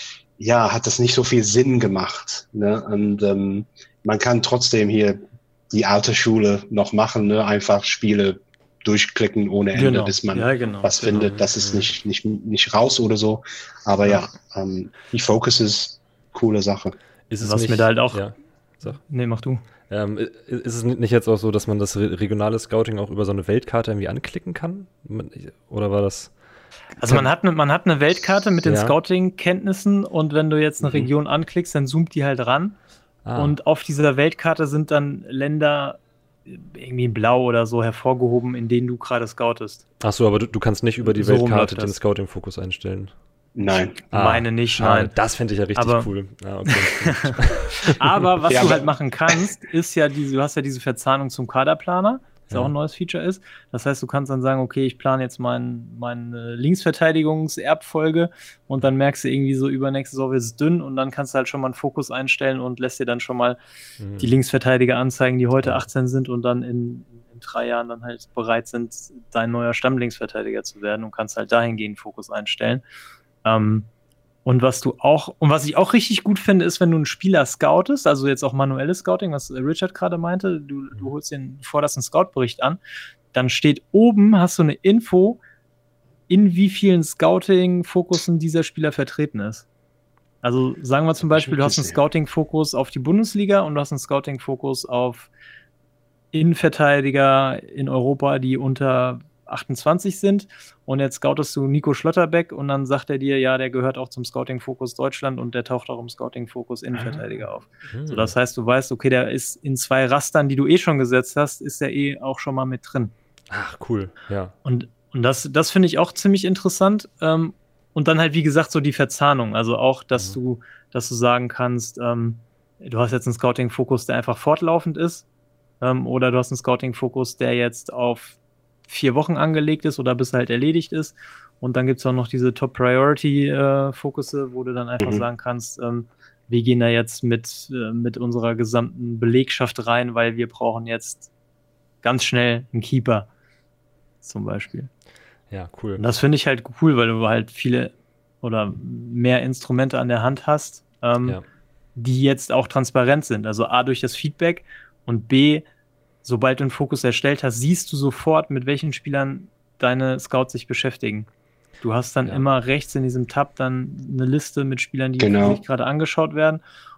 ja, hat das nicht so viel Sinn gemacht. Ne? Und ähm, man kann trotzdem hier die alte Schule noch machen, ne? Einfach Spiele durchklicken ohne Ende, genau. bis man ja, genau. was genau. findet. Das ist nicht, nicht, nicht raus oder so. Aber ja, ja ähm, die Focus ist coole Sache. Ist es was nicht, mir da halt auch... Ja. Sag. Nee, mach du. Ähm, ist es nicht jetzt auch so, dass man das regionale Scouting auch über so eine Weltkarte irgendwie anklicken kann? Oder war das... Also man hat, ne, man hat eine Weltkarte mit den ja. Scouting-Kenntnissen und wenn du jetzt eine mhm. Region anklickst, dann zoomt die halt ran. Ah. Und auf dieser Weltkarte sind dann Länder irgendwie blau oder so hervorgehoben, in denen du gerade scoutest. Ach so, aber du, du kannst nicht über die so Weltkarte den Scouting-Fokus einstellen. Nein. Ah, meine nicht, schade. Nein. Das finde ich ja richtig aber, cool. Ah, okay. Aber was ja, du halt machen kannst, ist ja diese, du hast ja diese Verzahnung zum Kaderplaner, das ja. auch ein neues Feature ist. Das heißt, du kannst dann sagen, okay, ich plane jetzt mein, meine Linksverteidigungserbfolge und dann merkst du irgendwie so, übernächste Saison ist es dünn und dann kannst du halt schon mal einen Fokus einstellen und lässt dir dann schon mal mhm. die Linksverteidiger anzeigen, die heute achtzehn sind und dann in, in drei Jahren dann halt bereit sind, dein neuer Stammlinksverteidiger zu werden und kannst halt dahingehend Fokus einstellen. Um, und was du auch, und was ich auch richtig gut finde, ist, wenn du einen Spieler scoutest, also jetzt auch manuelles Scouting, was Richard gerade meinte, du, du holst den, forderst einen Scout-Bericht an, dann steht oben, hast du eine Info, in wie vielen Scouting-Fokussen dieser Spieler vertreten ist. Also sagen wir zum Beispiel, du hast einen Scouting-Fokus auf die Bundesliga und du hast einen Scouting-Fokus auf Innenverteidiger in Europa, die unter achtundzwanzig sind und jetzt scoutest du Nico Schlotterbeck und dann sagt er dir, ja, der gehört auch zum Scouting-Fokus Deutschland und der taucht auch im Scouting-Fokus Innenverteidiger auf. Mhm. So, das heißt, du weißt, okay, der ist in zwei Rastern, die du eh schon gesetzt hast, ist der eh auch schon mal mit drin. Ach, cool, ja. Und, und das, das finde ich auch ziemlich interessant. Ähm, und dann halt, wie gesagt, so die Verzahnung. Also auch, dass mhm. du, dass du sagen kannst, ähm, du hast jetzt einen Scouting-Fokus, der einfach fortlaufend ist, ähm, oder du hast einen Scouting-Fokus, der jetzt auf vier Wochen angelegt ist oder bis halt erledigt ist. Und dann gibt es auch noch diese Top-Priority-Fokusse, äh, wo du dann einfach mhm. sagen kannst, ähm, wir gehen da jetzt mit, äh, mit unserer gesamten Belegschaft rein, weil wir brauchen jetzt ganz schnell einen Keeper zum Beispiel. Ja, cool. Und das finde ich halt cool, weil du halt viele oder mehr Instrumente an der Hand hast, ähm, ja. die jetzt auch transparent sind. Also A, durch das Feedback und B, sobald du einen Fokus erstellt hast, siehst du sofort, mit welchen Spielern deine Scouts sich beschäftigen. Du hast dann ja. immer rechts in diesem Tab dann eine Liste mit Spielern, die genau. sich gerade angeschaut werden.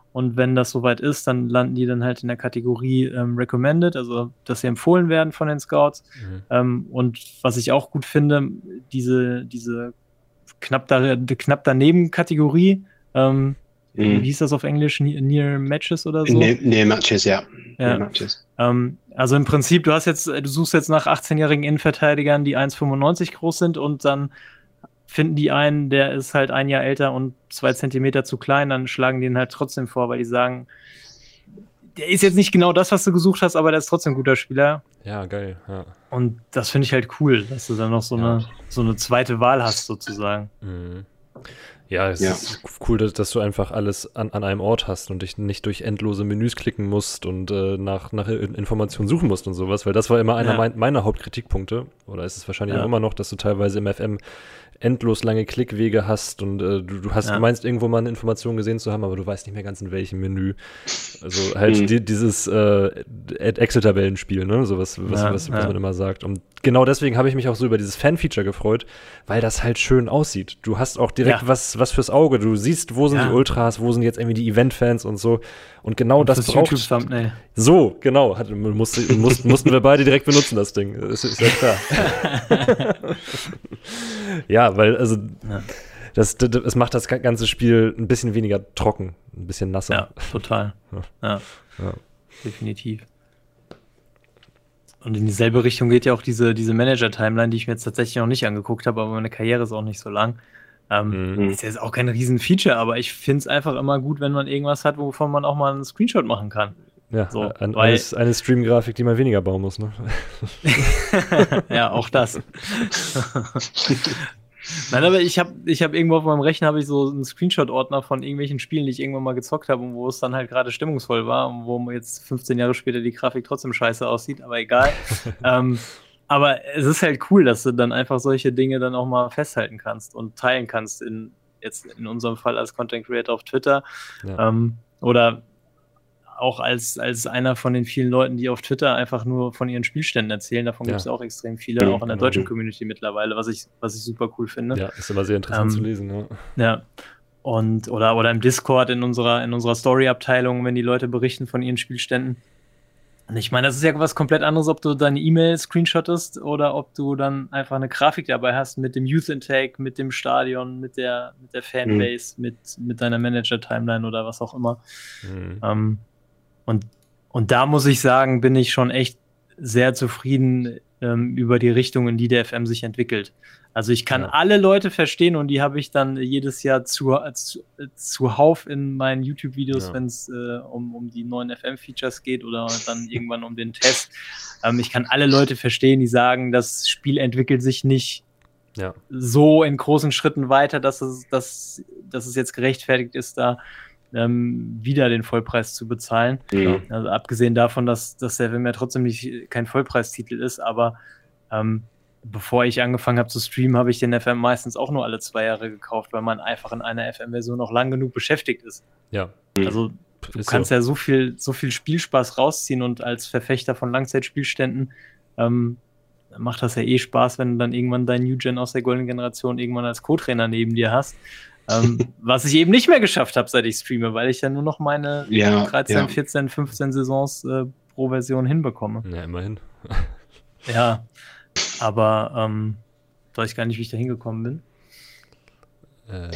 Und wenn das soweit ist, dann landen die dann halt in der Kategorie ähm, Recommended, also dass sie empfohlen werden von den Scouts. Mhm. Ähm, und was ich auch gut finde, diese, diese knapp, da, knapp daneben Kategorie, ähm, mhm. wie hieß das auf Englisch? Near Matches oder so? Near, near Matches, ja. ja. Near Matches. Ähm, also im Prinzip, du hast jetzt, du suchst jetzt nach achtzehnjährigen Innenverteidigern, die eins Komma fünfundneunzig groß sind und dann finden die einen, der ist halt ein Jahr älter und zwei Zentimeter zu klein, dann schlagen die ihn halt trotzdem vor, weil die sagen, der ist jetzt nicht genau das, was du gesucht hast, aber der ist trotzdem ein guter Spieler. Ja, geil. Ja. Und das finde ich halt cool, dass du dann noch so, ja. eine, so eine zweite Wahl hast, sozusagen. Mhm. Ja, es ja. ist cool, dass, dass du einfach alles an, an einem Ort hast und dich nicht durch endlose Menüs klicken musst und äh, nach, nach Informationen suchen musst und sowas, weil das war immer einer ja. mein, meiner Hauptkritikpunkte, oder ist es wahrscheinlich ja. auch immer noch, dass du teilweise im F M endlos lange Klickwege hast und äh, du, du hast, ja. du meinst irgendwo mal eine Information gesehen zu haben, aber du weißt nicht mehr ganz in welchem Menü. Also halt mhm. die, dieses äh, Excel-Tabellenspiel, ne, sowas, was, ja, was, was ja. man immer sagt. Und genau deswegen habe ich mich auch so über dieses Fan-Feature gefreut, weil das halt schön aussieht. Du hast auch direkt ja. was, was fürs Auge. Du siehst, wo sind ja. die Ultras, wo sind jetzt irgendwie die Event-Fans und so. Und genau und das braucht. YouTube-Thumbnail. So, genau. Hat, musste, mussten, mussten wir beide direkt benutzen, das Ding. Ist, ist ja klar. Ja, weil, also, ja. das, das, das macht das ganze Spiel ein bisschen weniger trocken, ein bisschen nasser. Ja, total. Ja. Ja. Ja. Definitiv. Und in dieselbe Richtung geht ja auch diese, diese Manager-Timeline, die ich mir jetzt tatsächlich noch nicht angeguckt habe, aber meine Karriere ist auch nicht so lang. Ähm, mhm. Ist jetzt auch kein Riesen-Feature, aber ich finde es einfach immer gut, wenn man irgendwas hat, wovon man auch mal einen Screenshot machen kann. Ja, so, ein, weil, eine, eine Stream-Grafik, die man weniger bauen muss, ne? Ja, auch das. Nein, aber ich habe ich hab irgendwo auf meinem Rechner habe ich so einen Screenshot-Ordner von irgendwelchen Spielen, die ich irgendwann mal gezockt habe und wo es dann halt gerade stimmungsvoll war und wo jetzt fünfzehn Jahre später die Grafik trotzdem scheiße aussieht, aber egal. ähm, aber es ist halt cool, dass du dann einfach solche Dinge dann auch mal festhalten kannst und teilen kannst, in jetzt in unserem Fall als Content Creator auf Twitter. Ja. Ähm, oder auch als, als einer von den vielen Leuten, die auf Twitter einfach nur von ihren Spielständen erzählen. Davon ja. gibt es auch extrem viele, auch in der deutschen Community mittlerweile, was ich, was ich super cool finde. Ja, ist immer sehr interessant ähm, zu lesen. Ja. ja. Und, oder, oder im Discord, in unserer, in unserer Story-Abteilung, wenn die Leute berichten von ihren Spielständen. Und ich meine, das ist ja was komplett anderes, ob du deine E-Mail screenshottest oder ob du dann einfach eine Grafik dabei hast mit dem Youth Intake, mit dem Stadion, mit der, mit der Fanbase, mhm. mit, mit deiner Manager-Timeline oder was auch immer. Mhm. Ähm, Und, und da muss ich sagen, bin ich schon echt sehr zufrieden ähm, über die Richtung, in die der F M sich entwickelt. Also ich kann ja. alle Leute verstehen und die habe ich dann jedes Jahr zu, zu, zuhauf in meinen YouTube-Videos, ja. wenn es äh, um, um die neuen F M-Features geht oder dann irgendwann um den Test. Ähm, ich kann alle Leute verstehen, die sagen, das Spiel entwickelt sich nicht ja. so in großen Schritten weiter, dass es, dass, dass es jetzt gerechtfertigt ist, da Ähm, wieder den Vollpreis zu bezahlen. Mhm. Also abgesehen davon, dass, dass der Film ja trotzdem nicht kein Vollpreistitel ist, aber ähm, bevor ich angefangen habe zu streamen, habe ich den F M meistens auch nur alle zwei Jahre gekauft, weil man einfach in einer F M-Version noch lang genug beschäftigt ist. Ja. Also du ist kannst so. ja so viel, so viel Spielspaß rausziehen und als Verfechter von Langzeitspielständen ähm, macht das ja eh Spaß, wenn du dann irgendwann deinen New Gen aus der goldenen Generation irgendwann als Co-Trainer neben dir hast. ähm, was ich eben nicht mehr geschafft habe, seit ich streame, weil ich ja nur noch meine ja, dreizehn, ja. vierzehn, fünfzehn Saisons äh, pro Version hinbekomme. Ja, immerhin. Ja, aber ähm, weiß ich gar nicht, wie ich da hingekommen bin. Äh.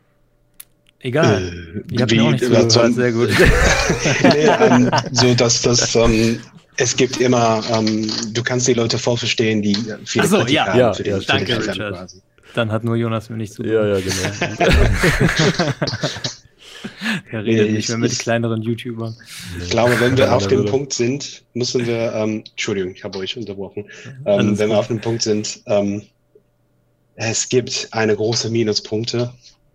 Egal. Äh, ich habe mir auch nicht zugehört, sehr gut. nee, ähm, so, dass das ähm, es gibt immer, ähm, du kannst die Leute voll verstehen, die viele Ach so, Kritik ja, haben. ja, für ja, den, danke, für den Richard. quasi. Dann hat nur Jonas mir nicht zugehört. Ja, ja, genau. Er redet Nee, nicht mehr ich- mit ich- kleineren YouTubern. Ich glaube, wenn wir Ja, auf da dem würde- Punkt sind, müssen wir, ähm, Entschuldigung, ich habe euch unterbrochen, Alles ähm, wenn wir gut. auf dem Punkt sind, ähm, es gibt eine große Minuspunkte.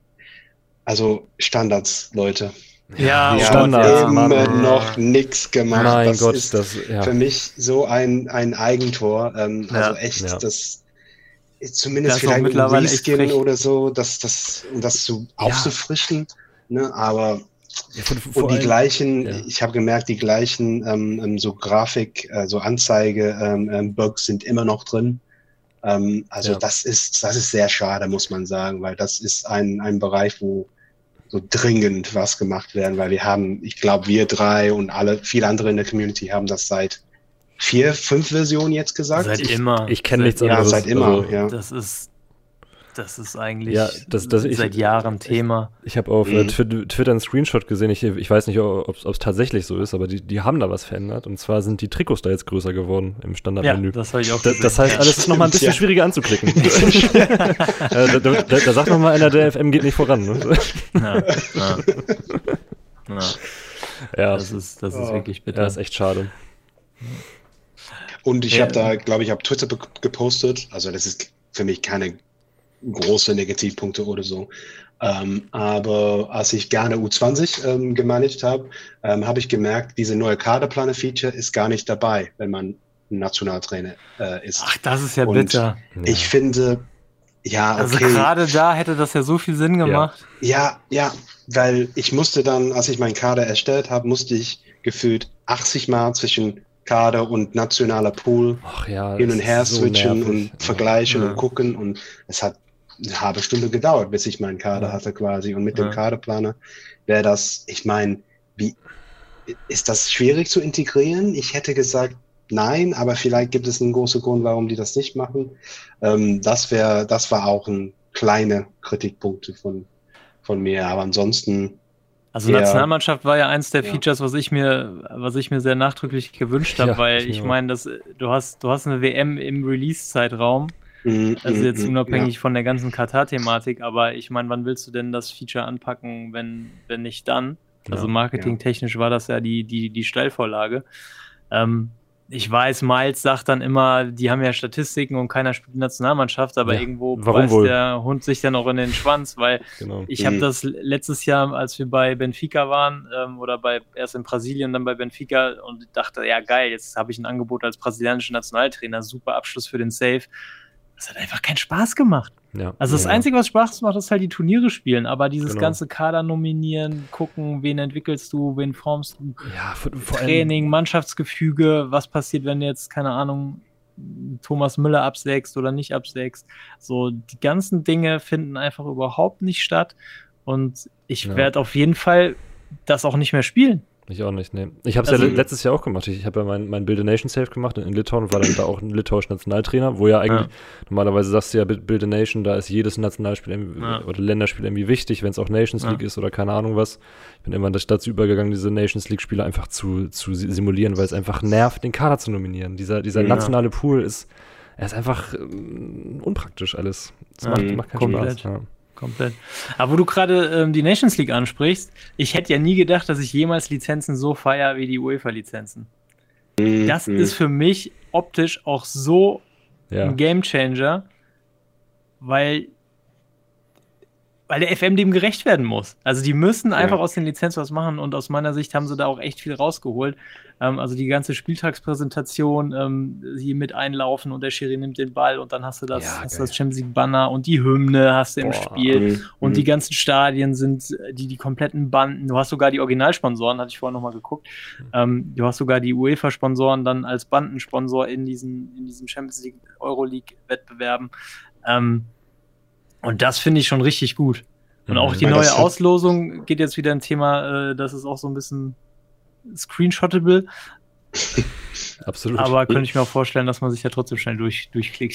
Also Standards, Leute. Ja, Die oh haben Standards, Gott, immer Mann, ey. noch nichts gemacht. Mein das Gott, ist das, ja. für mich so ein, ein Eigentor. Ähm, Ja. Also echt, Ja. das ist zumindest Das ist auch vielleicht ein mittlerweile echt Reskin frech. oder so, das, das, um das zu aufzufrischen. Ne? Aber Ja, vor, vor und die allem- gleichen, ja. ich habe gemerkt, die gleichen ähm, ähm, so Grafik, äh, so Anzeige, ähm, ähm, Bugs sind immer noch drin. Ähm, also Ja. das ist, das ist sehr schade, muss man sagen, weil das ist ein, ein Bereich, wo so dringend was gemacht werden, weil wir haben, ich glaube, wir drei und alle, viele andere in der Community haben das seit vier, fünf Versionen jetzt gesagt. Seit immer. Ich kenne nichts Ja, anderes. seit immer, Also, ja. Das ist, das ist eigentlich Ja, das- das- ich- seit Jahren Thema. Ich habe auf äh, Mhm. Twi- Twitter einen Screenshot gesehen, ich, ich weiß nicht, ob es tatsächlich so ist, aber die, die haben da was verändert. Und zwar sind die Trikots da jetzt größer geworden im Ja, Standardmenü. das habe ich auch Da, gesehen. das heißt, ja. alles ist nochmal ein bisschen Ja. schwieriger anzuklicken. äh, da, da, da sagt nochmal einer, der F M geht nicht voran. Ne? Ja, ja. Ja, Ja, das ist, das ist Oh. wirklich bitter. ja, ist echt schade. Und ich Ja. habe da, glaube ich, auf Twitter be- gepostet, also das ist für mich keine große Negativpunkte oder so. Ähm, aber als ich gerne U zwanzig ähm, gemanagt habe, ähm, habe ich gemerkt, diese neue Kaderplaner-Feature ist gar nicht dabei, wenn man Nationaltrainer äh, ist. Ach, das ist ja Und bitter. Ich finde, ja, Also okay. gerade da hätte das ja so viel Sinn gemacht. Ja, ja, weil ich musste dann, als ich meinen Kader erstellt habe, musste ich gefühlt achtzig Mal zwischen Kader und nationaler Pool Ach ja, hin und das her ist so switchen nervig. und vergleichen Ja. und gucken, und es hat eine halbe Stunde gedauert, bis ich meinen Kader Ja. hatte quasi, und mit Ja. dem Kaderplaner wäre das, ich meine, wie ist das schwierig zu integrieren? Ich hätte gesagt, nein, aber vielleicht gibt es einen großen Grund, warum die das nicht machen. Ähm, das wäre, das war auch ein kleiner Kritikpunkt von, von mir, aber ansonsten, Also Ja. Nationalmannschaft war ja eins der Ja. Features, was ich mir, was ich mir sehr nachdrücklich gewünscht habe, Ja, weil ich ich mir meine, dass du hast, du hast eine W M im Release-Zeitraum, mm, also mm, jetzt mm, unabhängig von der ganzen Katar-Thematik, aber ich meine, wann willst du denn das Feature anpacken, wenn, wenn nicht dann? Also Ja. marketingtechnisch war das ja die, die, die Steilvorlage. Ähm, ich weiß, Miles sagt dann immer, die haben ja Statistiken und keiner spielt Nationalmannschaft, aber Ja, irgendwo warum beißt wohl? der Hund sich dann auch in den Schwanz, weil Genau. ich habe Mhm. das letztes Jahr, als wir bei Benfica waren, ähm, oder bei erst in Brasilien, dann bei Benfica, und dachte, ja geil, jetzt habe ich ein Angebot als brasilianischer Nationaltrainer, super Abschluss für den Save. Das hat einfach keinen Spaß gemacht. Ja. Also das ja. Einzige, was Spaß macht, ist halt die Turniere spielen, aber dieses Genau. ganze Kader nominieren, gucken, wen entwickelst du, wen formst du, Ja, vor, vor allem- Training, Mannschaftsgefüge, was passiert, wenn du jetzt, keine Ahnung, Thomas Müller absägst oder nicht absägst. So, die ganzen Dinge finden einfach überhaupt nicht statt, und ich Ja. werde auf jeden Fall das auch nicht mehr spielen. Ich auch nicht, ne. Ich habe es Also- ja le- letztes Jahr auch gemacht. Ich, ich habe ja mein, mein Build a Nation Safe gemacht in, in Litauen und war dann da auch ein litauischer Nationaltrainer, wo ja eigentlich, normalerweise sagst du ja, Build a Nation, da ist jedes Nationalspiel irgendwie- Ja. oder Länderspiel irgendwie wichtig, wenn es auch Nations Ja. League ist oder keine Ahnung was. Ich bin irgendwann dazu übergegangen, diese Nations League-Spiele einfach zu, zu si- simulieren, weil es einfach nervt, den Kader zu nominieren. Dieser, dieser Ja. nationale Pool ist, er ist einfach ähm, unpraktisch alles. Das Ja, macht, macht keinen komplett. Spaß. Ja. Komplett. Aber wo du gerade ähm, die Nations League ansprichst, ich hätte ja nie gedacht, dass ich jemals Lizenzen so feiere wie die UEFA-Lizenzen. mm, Das mm. ist für mich optisch auch so Ja. ein Gamechanger, weil, weil der F M dem gerecht werden muss. Also die müssen einfach Ja. aus den Lizenzen was machen, und aus meiner Sicht haben sie da auch echt viel rausgeholt. Ähm, also die ganze Spieltagspräsentation, ähm, hier mit einlaufen und der Schiri nimmt den Ball und dann hast du das, Ja, hast du geil. das Champions League Banner und die Hymne hast du im Boah. Spiel. Mm, Und mm. die ganzen Stadien sind äh, die, die kompletten Banden. Du hast sogar die Originalsponsoren, hatte ich vorher nochmal geguckt. Ähm, du hast sogar die UEFA-Sponsoren dann als Bandensponsor in diesen, in diesen Champions League, Euroleague-Wettbewerben. Ähm, und das finde ich schon richtig gut. Und auch die Weil neue das hat- Auslosung geht jetzt wieder ein Thema, äh, das ist auch so ein bisschen screenshottable, Absolut. aber könnte ich mir auch vorstellen, dass man sich ja trotzdem schnell durch, durchklickt.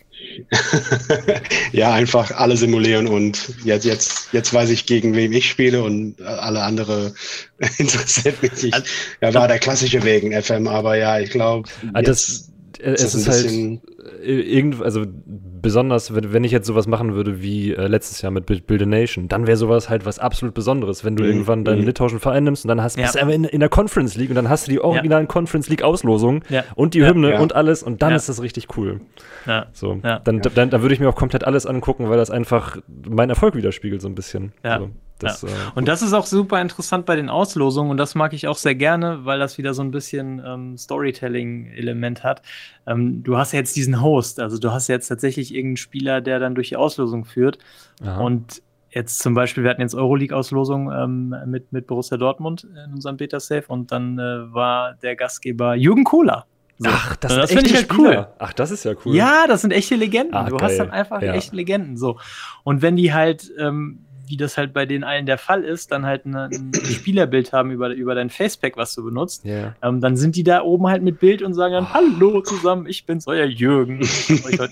Ja, einfach alle simulieren, und jetzt, jetzt, jetzt weiß ich, gegen wen ich spiele, und alle andere interessiert mich nicht. Also- Ja, war der klassische Weg in F M, aber ja, ich glaube, Ah, das, äh, es ist halt äh, irgend, also besonders, wenn, wenn ich jetzt sowas machen würde wie äh, letztes Jahr mit Build, Build a Nation, dann wäre sowas halt was absolut Besonderes, wenn du Mhm, irgendwann deinen mhm. litauischen Verein nimmst und dann hast Ja. bist du einfach in, in der Conference League und dann hast du die originalen Conference League Auslosungen Ja. und die Ja. Hymne Ja. und alles, und dann Ja. ist das richtig cool. Ja. So, Ja. dann, dann, dann würde ich mir auch komplett alles angucken, weil das einfach meinen Erfolg widerspiegelt so ein bisschen. Ja. So, das, äh, Und das ist auch super interessant bei den Auslosungen, und das mag ich auch sehr gerne, weil das wieder so ein bisschen ähm, Storytelling-Element hat. Ähm, du hast ja jetzt diesen Host, also du hast jetzt tatsächlich irgendeinen Spieler, der dann durch die Auslosung führt. aha. Und jetzt zum Beispiel, wir hatten jetzt Euroleague-Auslosung ähm, mit, mit Borussia Dortmund in unserem Beta-Safe, und dann äh, war der Gastgeber Jürgen Kohler. So. Ach, das, Und das sind finde ich echte halt cool. Spieler. Ach, das ist ja cool. Ja, das sind echte Legenden. Ah, du geil. hast dann einfach Ja. echte Legenden. So. Und wenn die halt, ähm, wie das halt bei den allen der Fall ist, dann halt eine, ein Spielerbild haben über, über dein Facepack, was du benutzt, yeah. ähm, dann sind die da oben halt mit Bild und sagen dann, oh. hallo zusammen, ich bin's, euer Jürgen. Ich hab euch heute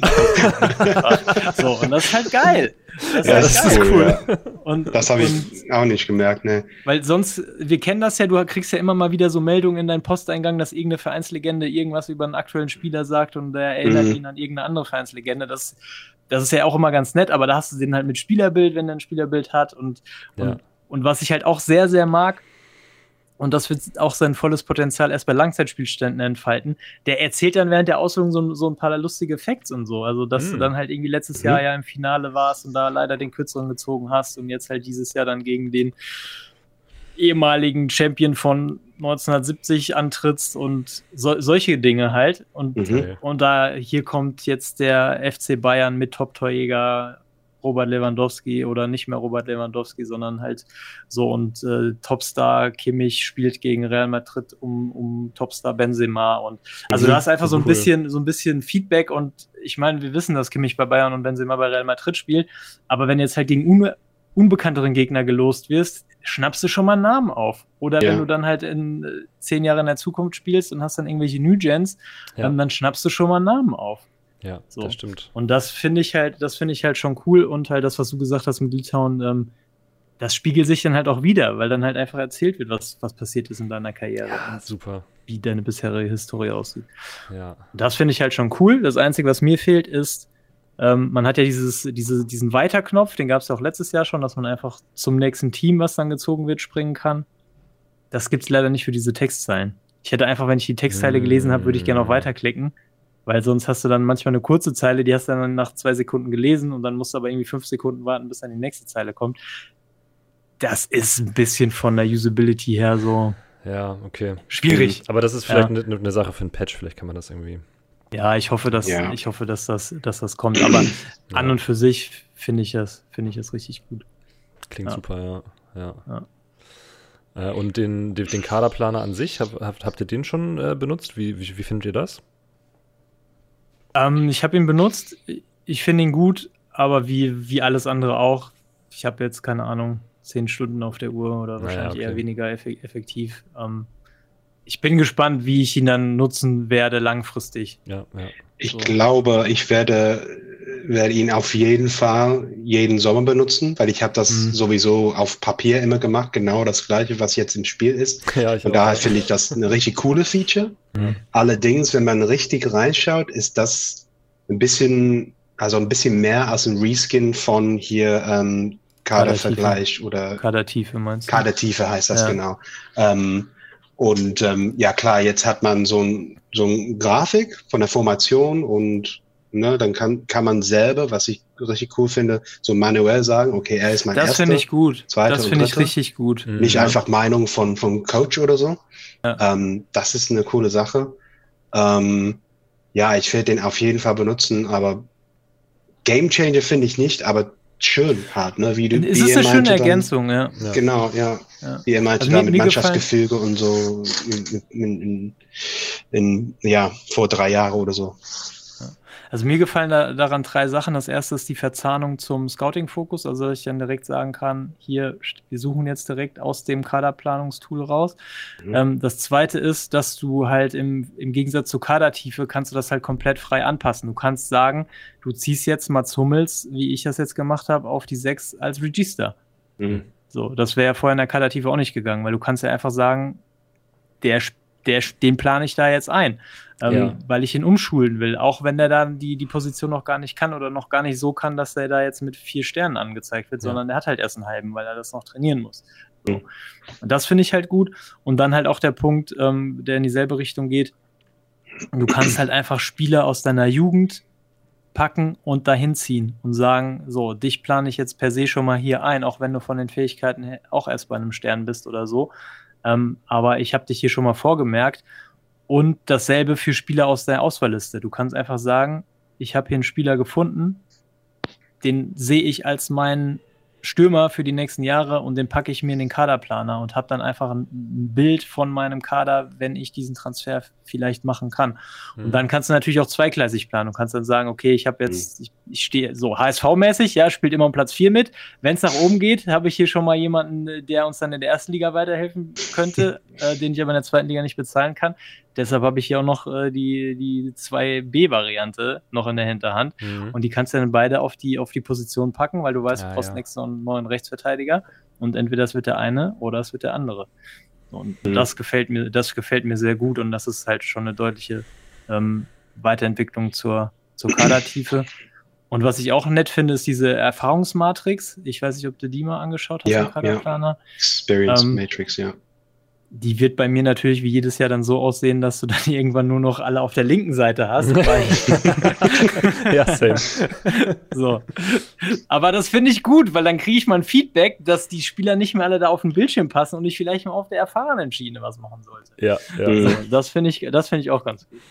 nicht so, und das ist halt geil. Das ist, ja, halt das geil. ist cool. Ja. Und, das habe ich auch nicht gemerkt, ne. Weil sonst, wir kennen das ja, du kriegst ja immer mal wieder so Meldungen in deinen Posteingang, dass irgendeine Vereinslegende irgendwas über einen aktuellen Spieler sagt und der erinnert mhm. ihn an irgendeine andere Vereinslegende. Das, das ist ja auch immer ganz nett, aber da hast du den halt mit Spielerbild, wenn der ein Spielerbild hat und, ja. und, und was ich halt auch sehr, sehr mag, und das wird auch sein volles Potenzial erst bei Langzeitspielständen entfalten, der erzählt dann während der Ausführung so, so ein paar lustige Facts und so. Also, dass mm. du dann halt irgendwie letztes mm. Jahr ja im Finale warst und da leider den Kürzeren gezogen hast und jetzt halt dieses Jahr dann gegen den ehemaligen Champion von neunzehnhundertsiebzig antrittst und so, solche Dinge halt. Und, mhm. und da hier kommt jetzt der F C Bayern mit Top-Torjäger Robert Lewandowski oder nicht mehr Robert Lewandowski, sondern halt so und äh, Topstar Kimmich spielt gegen Real Madrid um, um Topstar Benzema und also mhm. da ist einfach so ein bisschen so ein bisschen Feedback und ich meine, wir wissen, dass Kimmich bei Bayern und Benzema bei Real Madrid spielt, aber wenn jetzt halt gegen unbe- unbekannteren Gegner gelost wirst, schnappst du schon mal einen Namen auf. Oder ja. wenn du dann halt in äh, zehn Jahre in der Zukunft spielst und hast dann irgendwelche New Gens, ja. ähm, dann schnappst du schon mal einen Namen auf. Ja, so. Das stimmt. Und das finde ich halt, das finde ich halt schon cool und halt das, was du gesagt hast mit Litauen, ähm, das spiegelt sich dann halt auch wieder, weil dann halt einfach erzählt wird, was, was passiert ist in deiner Karriere. Ja, super. Wie deine bisherige Historie aussieht. Ja. Und das finde ich halt schon cool. Das Einzige, was mir fehlt, ist, ähm, man hat ja dieses, diese, diesen Weiterknopf, den gab es ja auch letztes Jahr schon, dass man einfach zum nächsten Team, was dann gezogen wird, springen kann. Das gibt es leider nicht für diese Textzeilen. Ich hätte einfach, wenn ich die Textzeile gelesen habe, würde ich gerne auf Weiterklicken. Weil sonst hast du dann manchmal eine kurze Zeile, die hast du dann nach zwei Sekunden gelesen und dann musst du aber irgendwie fünf Sekunden warten, bis dann die nächste Zeile kommt. Das ist ein bisschen von der Usability her so ja, okay. schwierig. Aber das ist vielleicht ja. eine, eine Sache für ein Patch, vielleicht kann man das irgendwie. Ja, ich hoffe, dass, ja. ich hoffe, dass das, dass das kommt. Aber ja. an und für sich finde ich das, finde ich das richtig gut. Klingt ja. super, ja. ja. ja. Äh, und den, den, den Kaderplaner an sich, hab, habt, habt ihr den schon äh, benutzt? Wie, wie, wie findet ihr das? Ähm, ich habe ihn benutzt. Ich finde ihn gut, aber wie, wie alles andere auch. Ich habe jetzt, keine Ahnung, zehn Stunden auf der Uhr oder wahrscheinlich naja, okay. eher weniger eff- effektiv. Ähm, ich bin gespannt, wie ich ihn dann nutzen werde langfristig. Ja, ja. Ich so. glaube, ich werde, werde ihn auf jeden Fall jeden Sommer benutzen, weil ich habe das mhm. sowieso auf Papier immer gemacht, genau das Gleiche, was jetzt im Spiel ist. Ja, und daher finde ich das eine richtig coole Feature. Mhm. Allerdings, wenn man richtig reinschaut, ist das ein bisschen, also ein bisschen mehr als ein Reskin von hier ähm, Kadervergleich oder Kadertiefe meinst du? Kadertiefe heißt das, ja. genau. Ähm, und ähm, ja klar, jetzt hat man so ein so ein Grafik von der Formation und ne, dann kann kann man selber, was ich richtig cool finde, so manuell sagen, okay, er ist mein das erster, finde ich gut. zweiter das finde ich richtig gut. Nicht ja. einfach Meinung von vom Coach oder so. Ja. Ähm, das ist eine coole Sache. Ähm, ja, ich werde den auf jeden Fall benutzen, aber Game Changer finde ich nicht, aber schön hart, ne? Wie du, es wie ist eine schöne dann, Ergänzung, ja. Genau, ja. ja. Wie er meinte, also da mir, mit mir Mannschaftsgefüge und so in, in, in, in, ja, vor drei Jahren oder so. Also mir gefallen da, daran drei Sachen. Das erste ist die Verzahnung zum Scouting-Fokus, also dass ich dann direkt sagen kann, hier, wir suchen jetzt direkt aus dem Kaderplanungstool raus. Mhm. Ähm, das zweite ist, dass du halt im, im Gegensatz zur Kadertiefe kannst du das halt komplett frei anpassen. Du kannst sagen, du ziehst jetzt Mats Hummels, wie ich das jetzt gemacht habe, auf die sechs als Register. Mhm. So, das wäre ja vorher in der Kadertiefe auch nicht gegangen, weil du kannst ja einfach sagen, der Der, den plane ich da jetzt ein, ähm, ja. weil ich ihn umschulen will, auch wenn der dann die, die Position noch gar nicht kann oder noch gar nicht so kann, dass der da jetzt mit vier Sternen angezeigt wird, ja. sondern der hat halt erst einen halben, weil er das noch trainieren muss. So. Und das finde ich halt gut. Und dann halt auch der Punkt, ähm, der in dieselbe Richtung geht, du kannst halt einfach Spieler aus deiner Jugend packen und dahin ziehen und sagen, so, dich plane ich jetzt per se schon mal hier ein, auch wenn du von den Fähigkeiten her auch erst bei einem Stern bist oder so. Ähm, aber ich habe dich hier schon mal vorgemerkt und dasselbe für Spieler aus der Auswahlliste. Du kannst einfach sagen, ich habe hier einen Spieler gefunden, den sehe ich als meinen Stürmer für die nächsten Jahre und den packe ich mir in den Kaderplaner und habe dann einfach ein, ein Bild von meinem Kader, wenn ich diesen Transfer vielleicht machen kann. Mhm. Und dann kannst du natürlich auch zweigleisig planen. Du kannst dann sagen, okay, ich habe jetzt, ich, ich stehe so H S V-mäßig, ja, spielt immer um Platz vier mit. Wenn es nach oben geht, habe ich hier schon mal jemanden, der uns dann in der ersten Liga weiterhelfen könnte, äh, den ich aber in der zweiten Liga nicht bezahlen kann. Deshalb habe ich hier auch noch äh, die, die zwei B-Variante noch in der Hinterhand. Mhm. Und die kannst du dann beide auf die, auf die Position packen, weil du weißt, ja, du brauchst ja. nächsten einen neuen Rechtsverteidiger. Und entweder es wird der eine oder es wird der andere. Und mhm. das gefällt mir, das gefällt mir sehr gut. Und das ist halt schon eine deutliche ähm, Weiterentwicklung zur, zur Kadertiefe. Und was ich auch nett finde, ist diese Erfahrungsmatrix. Ich weiß nicht, ob du die mal angeschaut hast, ja, im Kaderplaner. Ja. Experience ähm, Matrix, ja. Die wird bei mir natürlich wie jedes Jahr dann so aussehen, dass du dann irgendwann nur noch alle auf der linken Seite hast. Ja, same. So. Aber das finde ich gut, weil dann kriege ich mal ein Feedback, dass die Spieler nicht mehr alle da auf den Bildschirm passen und ich vielleicht mal auf der erfahrenen Schiene was machen sollte. Ja, ja. Also, das finde ich, das finde ich auch ganz gut.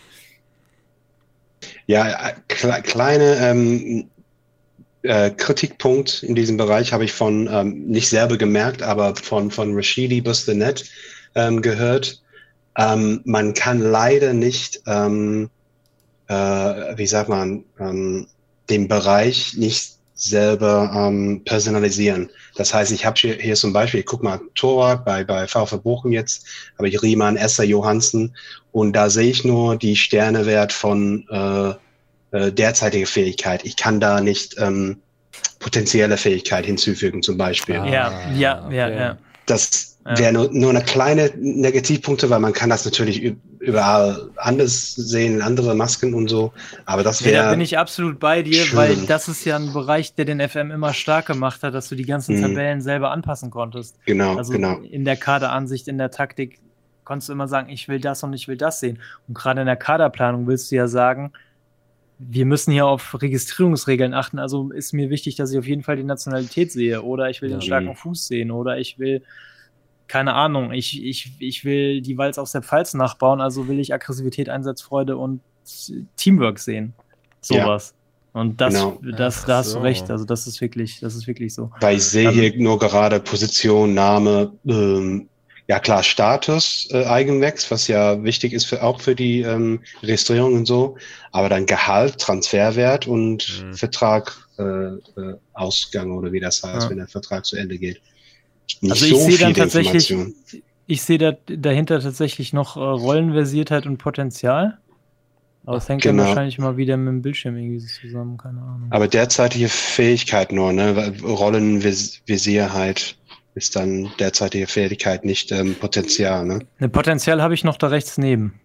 Ja, kle- kleine ähm, äh, Kritikpunkt in diesem Bereich habe ich von, ähm, nicht selber gemerkt, aber von, von Rashidi Bustanet ähm, gehört. Ähm, man kann leider nicht, ähm, äh, wie sagt man, ähm, den Bereich nicht selber ähm, personalisieren. Das heißt, ich habe hier, hier zum Beispiel, ich guck mal, Torwart bei, bei VfB Bochum jetzt, habe ich Riemann, Esser, Johansen und da sehe ich nur die Sternewert von äh, äh, derzeitige Fähigkeit. Ich kann da nicht ähm, potenzielle Fähigkeit hinzufügen zum Beispiel. Ah, ja, ja, okay. ja, ja. Das wäre nur, nur eine kleine Negativpunkte, weil man kann das natürlich überall anders sehen, andere Masken und so, aber das wäre... Ja, da bin ich absolut bei dir, schön. Weil das ist ja ein Bereich, der den F M immer stark gemacht hat, dass du die ganzen mhm. Tabellen selber anpassen konntest. Genau, also genau. In der Kaderansicht, in der Taktik konntest du immer sagen, ich will das und ich will das sehen. Und gerade in der Kaderplanung willst du ja sagen, wir müssen hier auf Registrierungsregeln achten, also ist mir wichtig, dass ich auf jeden Fall die Nationalität sehe oder ich will ja, den starken mh. Fuß sehen oder ich will, keine Ahnung, ich, ich, ich will die Walz aus der Pfalz nachbauen, also will ich Aggressivität, Einsatzfreude und Teamwork sehen. Sowas. Ja. Und das, genau. das, Ach da hast so. du recht, also das ist wirklich, das ist wirklich so. Weil ich sehe hier nur gerade Position, Name, ähm, ja klar, Status, äh, Eigenwächs, was ja wichtig ist für, auch für die ähm, Registrierung und so, aber dann Gehalt, Transferwert und mhm. Vertrag, äh, äh, Ausgang oder wie das heißt, ja. wenn der Vertrag zu Ende geht. Nicht also ich so sehe dann tatsächlich, ich sehe da dahinter tatsächlich noch äh, Rollenversiertheit und Potenzial. Aber es hängt genau. dann wahrscheinlich mal wieder mit dem Bildschirm irgendwie zusammen, keine Ahnung. Aber derzeitige Fähigkeit nur, ne? Rollenvisierheit ist dann derzeitige Fähigkeit, nicht ähm, Potenzial, ne? Ne, Potenzial habe ich noch da rechts neben.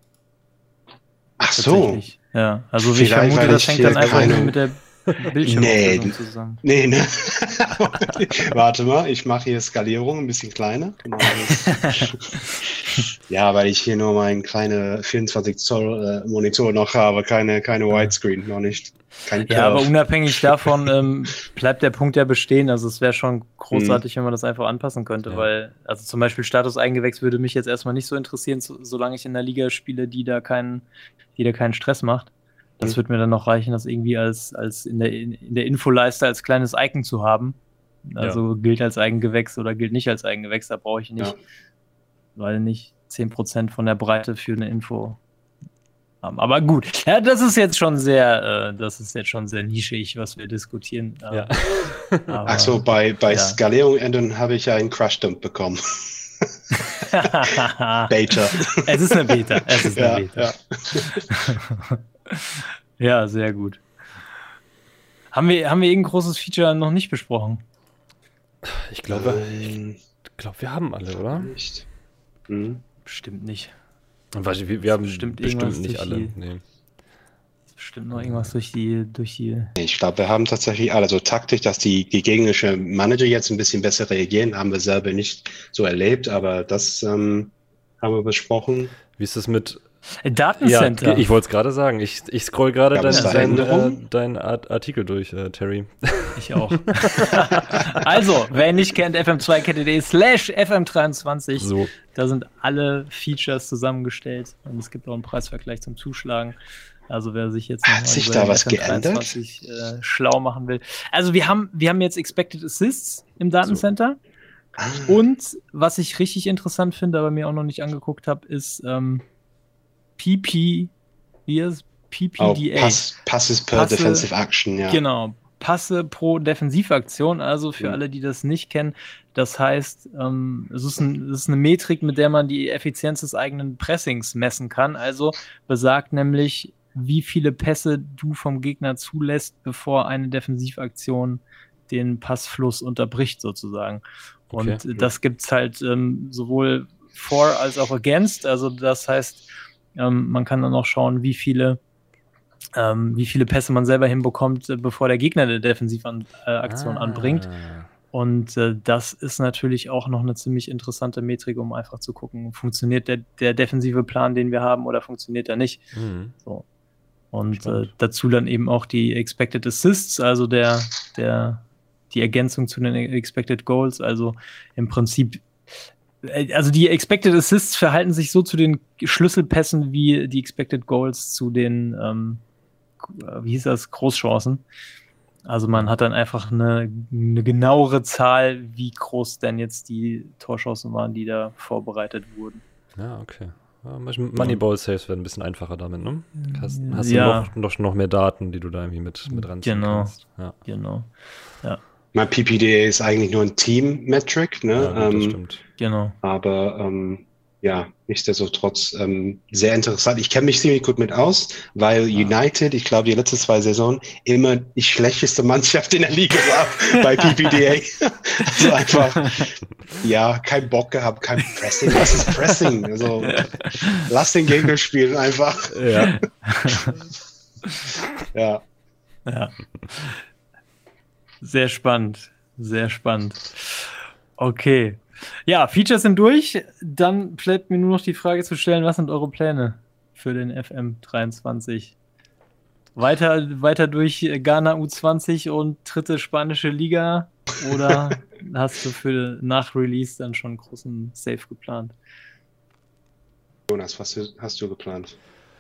Ach so. Ja, also ich Vielleicht, vermute, das hängt dann einfach keine... mit der Bildschirmauflösung nee, zusammen. Nee, ne? Warte mal, ich mache hier Skalierung ein bisschen kleiner. Ja, weil ich hier nur meinen kleinen vierundzwanzig Zoll äh, Monitor noch habe, keine, keine Widescreen, noch nicht. Kein ja, aber unabhängig davon ähm, bleibt der Punkt ja bestehen. Also es wäre schon großartig, mhm. wenn man das einfach anpassen könnte, ja. weil, also zum Beispiel Status Eigengewächs würde mich jetzt erstmal nicht so interessieren, so, solange ich in einer Liga spiele, die da keinen, die da keinen Stress macht. Das mhm. wird mir dann noch reichen, das irgendwie als, als in der, in, in der Infoleiste als kleines Icon zu haben. Also ja. gilt als Eigengewächs oder gilt nicht als Eigengewächs, da brauche ich nicht, ja. weil nicht zehn Prozent von der Breite für eine Info haben. Aber gut, ja, das ist jetzt schon sehr, äh, das ist jetzt schon sehr nischig, was wir diskutieren. Ja. Aber, ach so, bei, bei ja. Skalierung ändern habe ich ja einen Crash-Dump bekommen. Beta. Es ist eine Beta. Es ist eine ja, Beta. Ja. Ja, sehr gut. Haben wir, haben wir irgendein großes Feature noch nicht besprochen? Ich glaube, ähm, ich glaube, wir haben alle, oder? Nicht. Mhm. Bestimmt nicht. Wir, wir haben bestimmt, bestimmt nicht alle. Die, nee. Bestimmt noch irgendwas durch die, durch die. Ich glaube, wir haben tatsächlich alle so taktisch, dass die, die gegnerischen Manager jetzt ein bisschen besser reagieren, haben wir selber nicht so erlebt, aber das ähm, haben wir besprochen. Wie ist das mit Datencenter? Ja, ich wollte es gerade sagen. Ich, ich scroll gerade deinen dein, äh, dein Artikel durch, äh, Terry. Ich auch. Also, wer ihn nicht kennt, f m zwei punkt de slash f m dreiundzwanzig. So. Da sind alle Features zusammengestellt und es gibt auch einen Preisvergleich zum Zuschlagen. Also wer sich jetzt noch Hat sich da was geändert? Äh, schlau machen will. Also wir haben, wir haben jetzt Expected Assists im Datencenter. So. Ah. Und was ich richtig interessant finde, aber mir auch noch nicht angeguckt habe, ist ähm, P P, wie ist P P D A. Oh, Pass, Passes per Passe, Defensive Action, ja. Genau, Passe pro Defensivaktion, also für mhm. alle, die das nicht kennen. Das heißt, ähm, es, ist ein, es ist eine Metrik, mit der man die Effizienz des eigenen Pressings messen kann. Also besagt nämlich, wie viele Pässe du vom Gegner zulässt, bevor eine Defensivaktion den Passfluss unterbricht, sozusagen. Und okay. das gibt's halt ähm, sowohl for als auch against. Also das heißt, ähm, man kann dann auch schauen, wie viele ähm, wie viele Pässe man selber hinbekommt, äh, bevor der Gegner eine Defensivaktion ah. anbringt. Und äh, das ist natürlich auch noch eine ziemlich interessante Metrik, um einfach zu gucken, funktioniert der, der defensive Plan, den wir haben, oder funktioniert er nicht. Mhm. So. Und äh, dazu dann eben auch die Expected Assists, also der, der, die Ergänzung zu den Expected Goals. Also im Prinzip, äh, also die Expected Assists verhalten sich so zu den Schlüsselpässen wie die Expected Goals zu den, ähm, wie hieß das, Großchancen. Also man hat dann einfach eine, eine genauere Zahl, wie groß denn jetzt die Torchancen waren, die da vorbereitet wurden. Ja, okay. Ja, Moneyball-Saves werden ein bisschen einfacher damit, ne? Hast, hast ja. du noch, noch, noch mehr Daten, die du da irgendwie mit, mit ranziehen genau. kannst. Ja. Genau, ja. Mein P P D A ist eigentlich nur ein Team-Metric, ne? Ja, gut, das ähm, stimmt. Genau. Aber ähm, ja, nichtsdestotrotz ähm, sehr interessant. Ich kenne mich ziemlich gut mit aus, weil ja. United, ich glaube, die letzten zwei Saisonen immer die schlechteste Mannschaft in der Liga war bei P P D A. Also einfach, ja, kein Bock gehabt, kein Pressing. Was ist Pressing? Also lass den Gegner spielen einfach. Ja. ja. Ja. Sehr spannend. Sehr spannend. Okay. Ja, Features sind durch. Dann bleibt mir nur noch die Frage zu stellen, was sind eure Pläne für den F M dreiundzwanzig? Weiter, weiter durch Ghana U zwanzig und dritte spanische Liga? Oder hast du für nach Release dann schon einen großen Save geplant? Jonas, was hast du geplant?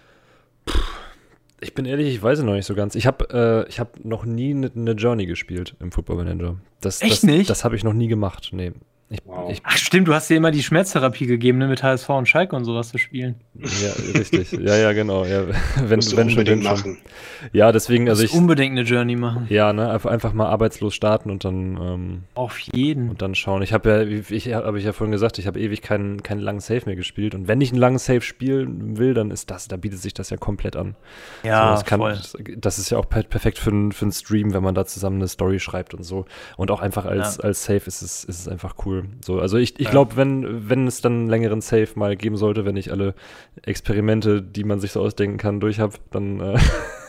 Ich bin ehrlich, ich weiß es noch nicht so ganz. Ich habe äh, ich hab noch nie eine ne Journey gespielt im Football Manager. Das, Echt das, nicht? Das habe ich noch nie gemacht, nee. Ich, wow. ich, Ach stimmt, du hast dir immer die Schmerztherapie gegeben, ne, mit H S V und Schalke und sowas zu spielen. Ja, richtig. Ja, ja, genau. Ja, wenn, musst du wenn unbedingt schon, machen. Ja, deswegen, also ich... unbedingt eine Journey machen. Ja, ne, einfach, einfach mal arbeitslos starten und dann... Ähm, Auf jeden. Und dann schauen. Ich habe ja, ich habe ich ja vorhin gesagt, ich habe ewig keinen, keinen langen Save mehr gespielt. Und wenn ich einen langen Save spielen will, dann ist das, da bietet sich das ja komplett an. Ja, so, das kann, voll. Das, das ist ja auch per- perfekt für, einen- für einen Stream, wenn man da zusammen eine Story schreibt und so. Und auch einfach als, Ja. als Save ist es, ist es einfach cool. So, also ich, ich Ja. glaube, wenn, wenn es dann einen längeren Save mal geben sollte, wenn ich alle Experimente, die man sich so ausdenken kann, durch habe, dann, äh,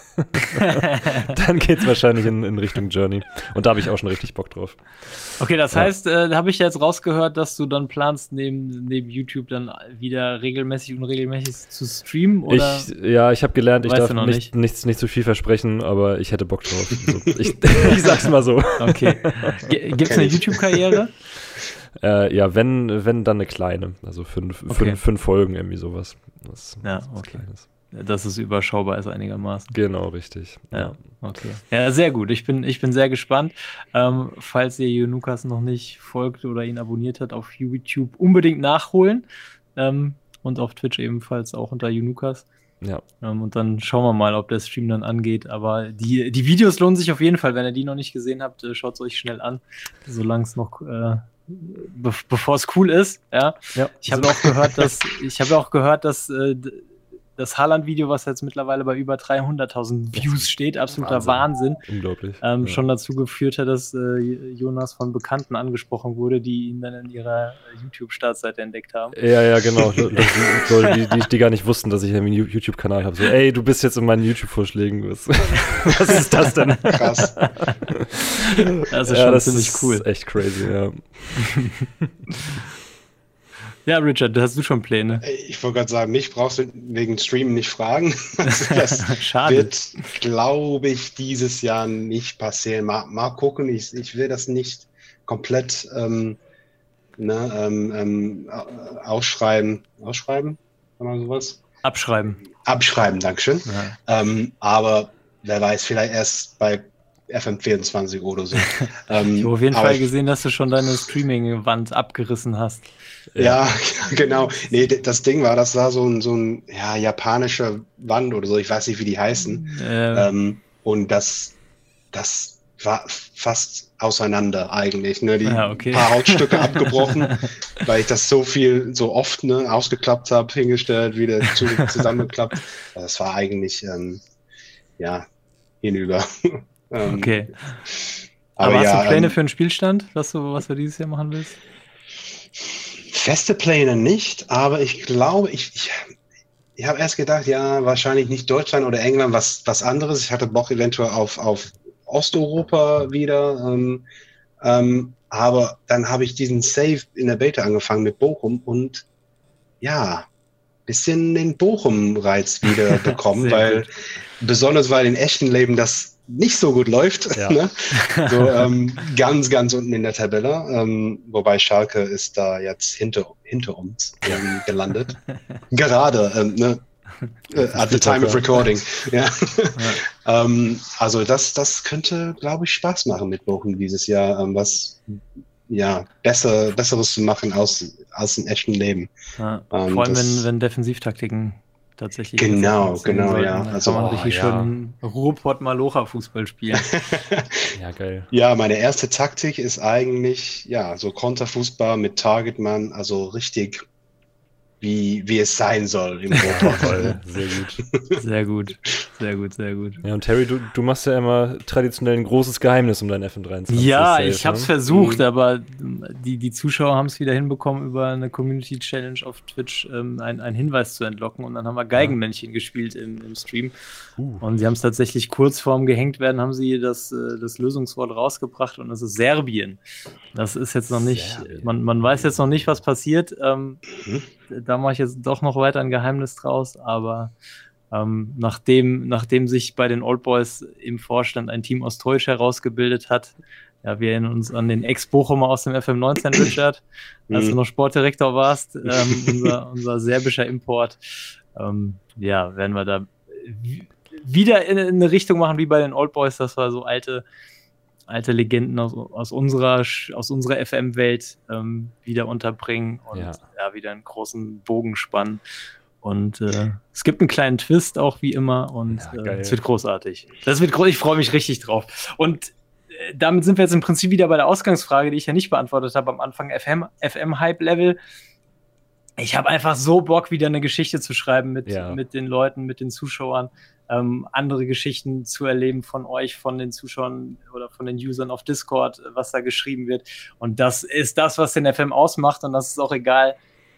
dann geht es wahrscheinlich in, in Richtung Journey. Und da habe ich auch schon richtig Bock drauf. Okay, das Ja. heißt, äh, habe ich jetzt rausgehört, dass du dann planst, neben, neben YouTube dann wieder regelmäßig und regelmäßig zu streamen? Oder? Ich, ja, ich habe gelernt, ich Weißt darf du noch nicht, nicht? nichts, nicht zu viel versprechen, aber ich hätte Bock drauf. So, ich, ich sag's mal so. Okay. G- Gibt's eine YouTube-Karriere? Äh, ja, wenn, wenn, dann eine kleine. Also fünf, Okay. fünf, fünf Folgen irgendwie sowas. Was, Ja, was okay. Kleines. Dass es überschaubar ist einigermaßen. Genau, richtig. Ja, okay. Ja, sehr gut. Ich bin, ich bin sehr gespannt. Ähm, falls ihr Junukas noch nicht folgt oder ihn abonniert hat auf YouTube, unbedingt nachholen. Ähm, und auf Twitch ebenfalls auch unter Junukas. Ja. Ähm, und dann schauen wir mal, ob der Stream dann angeht. Aber die, die Videos lohnen sich auf jeden Fall. Wenn ihr die noch nicht gesehen habt, äh, schaut es euch schnell an. Solange es noch, äh, be- bevor es cool ist. Ja. Ja. Ich habe auch gehört, dass, ich habe auch gehört, dass äh, d- das Haaland-Video, was jetzt mittlerweile bei über dreihunderttausend Views steht, absoluter Wahnsinn, Unglaublich. ähm, ja. schon dazu geführt hat, dass äh, Jonas von Bekannten angesprochen wurde, die ihn dann in ihrer YouTube-Startseite entdeckt haben. Ja, ja, genau. Le- Le- Leute, die, die, die gar nicht wussten, dass ich einen Ju- YouTube-Kanal habe. So, ey, du bist jetzt in meinen YouTube-Vorschlägen. Was, was ist das denn? Krass. Das ist ja, schon das ziemlich ist cool. echt crazy, ja. Ja, Richard, hast du schon Pläne? Ich wollte gerade sagen, mich brauchst du wegen Streamen nicht fragen. Also das Schade. wird, glaube ich, dieses Jahr nicht passieren. Mal, mal gucken, ich, ich will das nicht komplett ähm, ne, ähm, ähm, ausschreiben. Ausschreiben? Kann man sowas? Abschreiben. Abschreiben, Dankeschön. Ja. Ähm, aber wer weiß, vielleicht erst bei F M vierundzwanzig oder so. ähm, ich habe auf jeden aber Fall ich, gesehen, dass du schon deine Streaming-Wand abgerissen hast. Ja, ja, genau. Nee, das Ding war, das war so ein, so ein ja, japanischer Wand oder so, ich weiß nicht, wie die heißen. Äh, Ähm, und das, das war fast auseinander eigentlich. Ne? Die ja, okay. paar Hautstücke abgebrochen, weil ich das so viel, so oft ne, ausgeklappt habe, hingestellt, wieder zu, zusammengeklappt. Das war eigentlich, ähm, ja, hinüber. ähm, okay. Aber, aber hast ja, du Pläne ähm, für einen Spielstand, was du, was du dieses Jahr machen willst? Feste Pläne nicht, aber ich glaube, ich, ich, ich habe erst gedacht, ja, wahrscheinlich nicht Deutschland oder England, was, was anderes. Ich hatte Bock eventuell auf, auf Osteuropa wieder. Ähm, ähm, aber dann habe ich diesen Save in der Beta angefangen mit Bochum und ja, bisschen den Bochum-Reiz wieder bekommen, weil gut. besonders weil im echten Leben das nicht so gut läuft. Ja. Ne? So ähm, ganz, ganz unten in der Tabelle. Ähm, wobei Schalke ist da jetzt hinter, hinter uns ähm, gelandet. Gerade, ähm, ne? Uh, at the time of recording. Ja. Ja. ähm, also das, das könnte, glaube ich, Spaß machen mit Bochum dieses Jahr, ähm, was ja besser, Besseres zu machen als, als im echten Leben. Ja. Ähm, Vor allem, das, wenn, wenn Defensivtaktiken tatsächlich. Genau, genau, sollten, ja. Dann also kann man oh, richtig ja. schön Ruhrpott-Malocha-Fußball spielen. Ja, geil. Ja, meine erste Taktik ist eigentlich, ja, so Konterfußball mit Targetman, also richtig, wie, wie es sein soll im Ruhrpott. Sehr gut. Sehr gut, sehr gut, sehr gut. Ja, und Terry, du, du machst ja immer traditionell ein großes Geheimnis um dein F M dreiundzwanzig. Ja, Safe, ich habe es ne? versucht, Mhm. aber die, die Zuschauer haben es wieder hinbekommen, über eine Community-Challenge auf Twitch ähm, einen, einen Hinweis zu entlocken. Und dann haben wir Geigenmännchen gespielt im, im Stream. Uh. Und sie haben es tatsächlich kurz vorm gehängt werden, haben sie das, äh, das Lösungswort rausgebracht und das ist Serbien. Das ist jetzt noch nicht, Serbien. man, man weiß jetzt noch nicht, was passiert. Ähm, Mhm. Da mache ich jetzt doch noch weiter ein Geheimnis draus, aber ähm, nachdem, nachdem sich bei den Old Boys im Vorstand ein Team aus Teusch herausgebildet hat, ja, wir erinnern uns an den Ex-Bochumer aus dem F M neunzehn, Richard, als du noch Sportdirektor warst, ähm, unser, unser serbischer Import, ähm, ja, werden wir da wieder in eine Richtung machen wie bei den Old Boys, dass wir so alte alte Legenden aus, aus unserer aus unserer F M-Welt ähm, wieder unterbringen und Ja. ja, wieder einen großen Bogen spannen. Und äh, es gibt einen kleinen Twist auch wie immer und Ja, äh, geil. es wird großartig. Das wird groß, ich freue mich richtig drauf. Und äh, damit sind wir jetzt im Prinzip wieder bei der Ausgangsfrage, die ich ja nicht beantwortet habe am Anfang, F M, F M-Hype-Level. Ich habe einfach so Bock, wieder eine Geschichte zu schreiben mit, Ja. mit den Leuten, mit den Zuschauern. Ähm, andere Geschichten zu erleben von euch, von den Zuschauern oder von den Usern auf Discord, was da geschrieben wird. Und das ist das, was den F M ausmacht und das ist auch egal.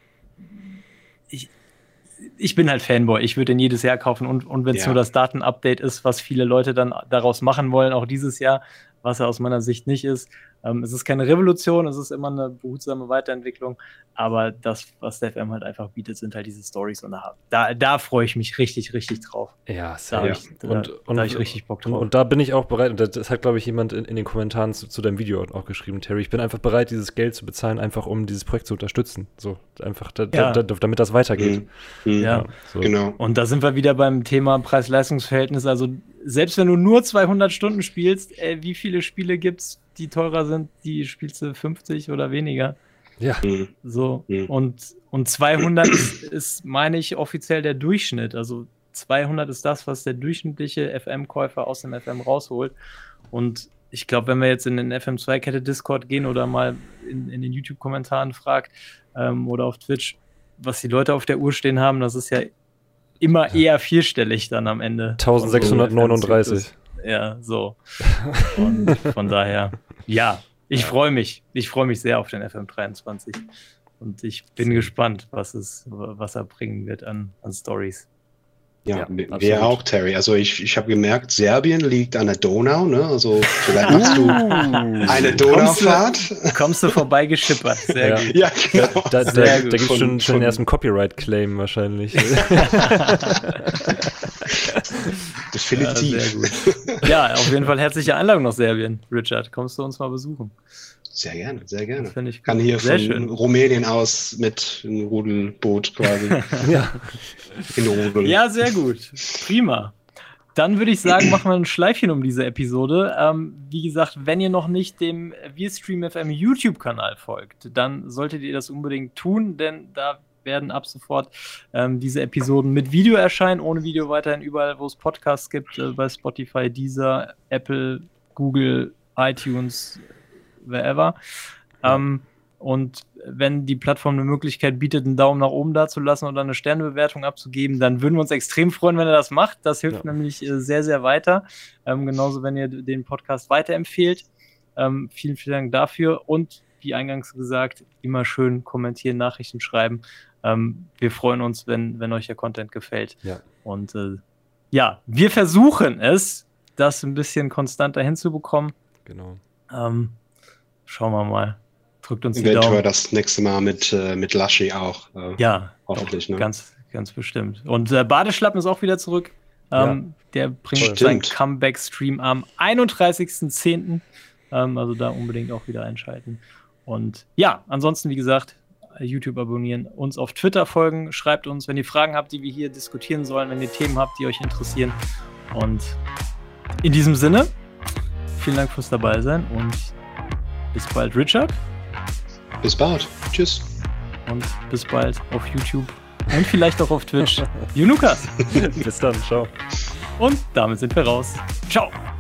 Ich, ich bin halt Fanboy. Ich würde den jedes Jahr kaufen und, und wenn es Ja. nur das Datenupdate ist, was viele Leute dann daraus machen wollen, auch dieses Jahr, was er aus meiner Sicht nicht ist. Ähm, es ist keine Revolution, es ist immer eine behutsame Weiterentwicklung, aber das, was der F M halt einfach bietet, sind halt diese Storys und da, da, da freue ich mich richtig, richtig drauf. Ja, Da sehr. habe ich, da, Und, da und, hab ich richtig Bock drauf. und, und da bin ich auch bereit, und das, das hat, glaube ich, jemand in, in den Kommentaren zu, zu deinem Video auch geschrieben, Terry, ich bin einfach bereit, dieses Geld zu bezahlen, einfach um dieses Projekt zu unterstützen. So, einfach, da, Ja. da, da, damit das weitergeht. Mhm. Mhm. Ja. So. Genau. Und da sind wir wieder beim Thema Preis-Leistungs-Verhältnis. Also selbst wenn du nur zweihundert Stunden spielst, ey, wie viele Spiele gibt's, die teurer sind, die spielst du fünfzig oder weniger? Ja. Mhm. So. Mhm. Und, und zweihundert ist, ist, meine ich, offiziell der Durchschnitt. Also zweihundert ist das, was der durchschnittliche F M-Käufer aus dem F M rausholt. Und ich glaube, wenn wir jetzt in den F M zwei Kette Discord gehen oder mal in, in den YouTube-Kommentaren fragt ähm, oder auf Twitch, was die Leute auf der Uhr stehen haben, das ist ja immer eher vierstellig dann am Ende. eintausendsechshundertneununddreißig. Ja, so. Und von daher, ja, ich freue mich. Ich freue mich sehr auf den F M dreiundzwanzig. Und ich bin Sehr. gespannt, was es, was er bringen wird an, an Stories. Ja, Ja, wir absolut. auch, Terry. Also ich, ich habe gemerkt, Serbien liegt an der Donau, ne? Also vielleicht machst du eine Donaufahrt. Kommst du vorbei geschippert. Sehr Ja. gut. Ja, Da, genau. da, da, Sehr da gut. gibt es Von- schon, schon von- den ersten Copyright-Claim wahrscheinlich. Definitiv. Ja, sehr gut. Ja, auf jeden Fall herzliche Einladung nach Serbien, Richard. Kommst du uns mal besuchen? Sehr gerne, sehr gerne. Das ich kann hier sehr von schön. Rumänien aus mit einem Rudelboot quasi. Ja. In Rudel. Ja, sehr gut. Prima. Dann würde ich sagen, machen wir ein Schleifchen um diese Episode. Ähm, wie gesagt, wenn ihr noch nicht dem Wir Stream F M YouTube-Kanal folgt, dann solltet ihr das unbedingt tun, denn da werden ab sofort ähm, diese Episoden mit Video erscheinen, ohne Video weiterhin überall, wo es Podcasts gibt, äh, bei Spotify, Deezer, Apple, Google, iTunes, wherever. Ja. Ähm, und wenn die Plattform eine Möglichkeit bietet, einen Daumen nach oben da zu lassen oder eine Sternebewertung abzugeben, dann würden wir uns extrem freuen, wenn ihr das macht. Das hilft ja. nämlich äh, sehr, sehr weiter. Ähm, genauso, wenn ihr den Podcast weiterempfehlt. Ähm, vielen, vielen Dank dafür. Und wie eingangs gesagt, immer schön kommentieren, Nachrichten schreiben. Ähm, wir freuen uns, wenn, wenn euch der Content gefällt. Ja. Und äh, ja, wir versuchen es, das ein bisschen konstanter hinzubekommen. Genau. Ähm, Schauen wir mal. Drückt uns Eventuell die Daumen. das nächste Mal mit, äh, mit Laschi auch. Äh, ja, hoffentlich. Ne? Ganz, ganz bestimmt. Und äh, Badeschlappen ist auch wieder zurück. Ähm, ja. Der bringt Stimmt. seinen Comeback-Stream am einunddreißigsten zehnten Ähm, also da unbedingt auch wieder einschalten. Und ja, ansonsten, wie gesagt, YouTube abonnieren, uns auf Twitter folgen, schreibt uns, wenn ihr Fragen habt, die wir hier diskutieren sollen, wenn ihr Themen habt, die euch interessieren. Und in diesem Sinne, vielen Dank fürs Dabeisein und bis bald, Richard. Bis bald. Tschüss. Und bis bald auf YouTube und vielleicht auch auf Twitch. Junukas. Bis dann. Ciao. Und damit sind wir raus. Ciao.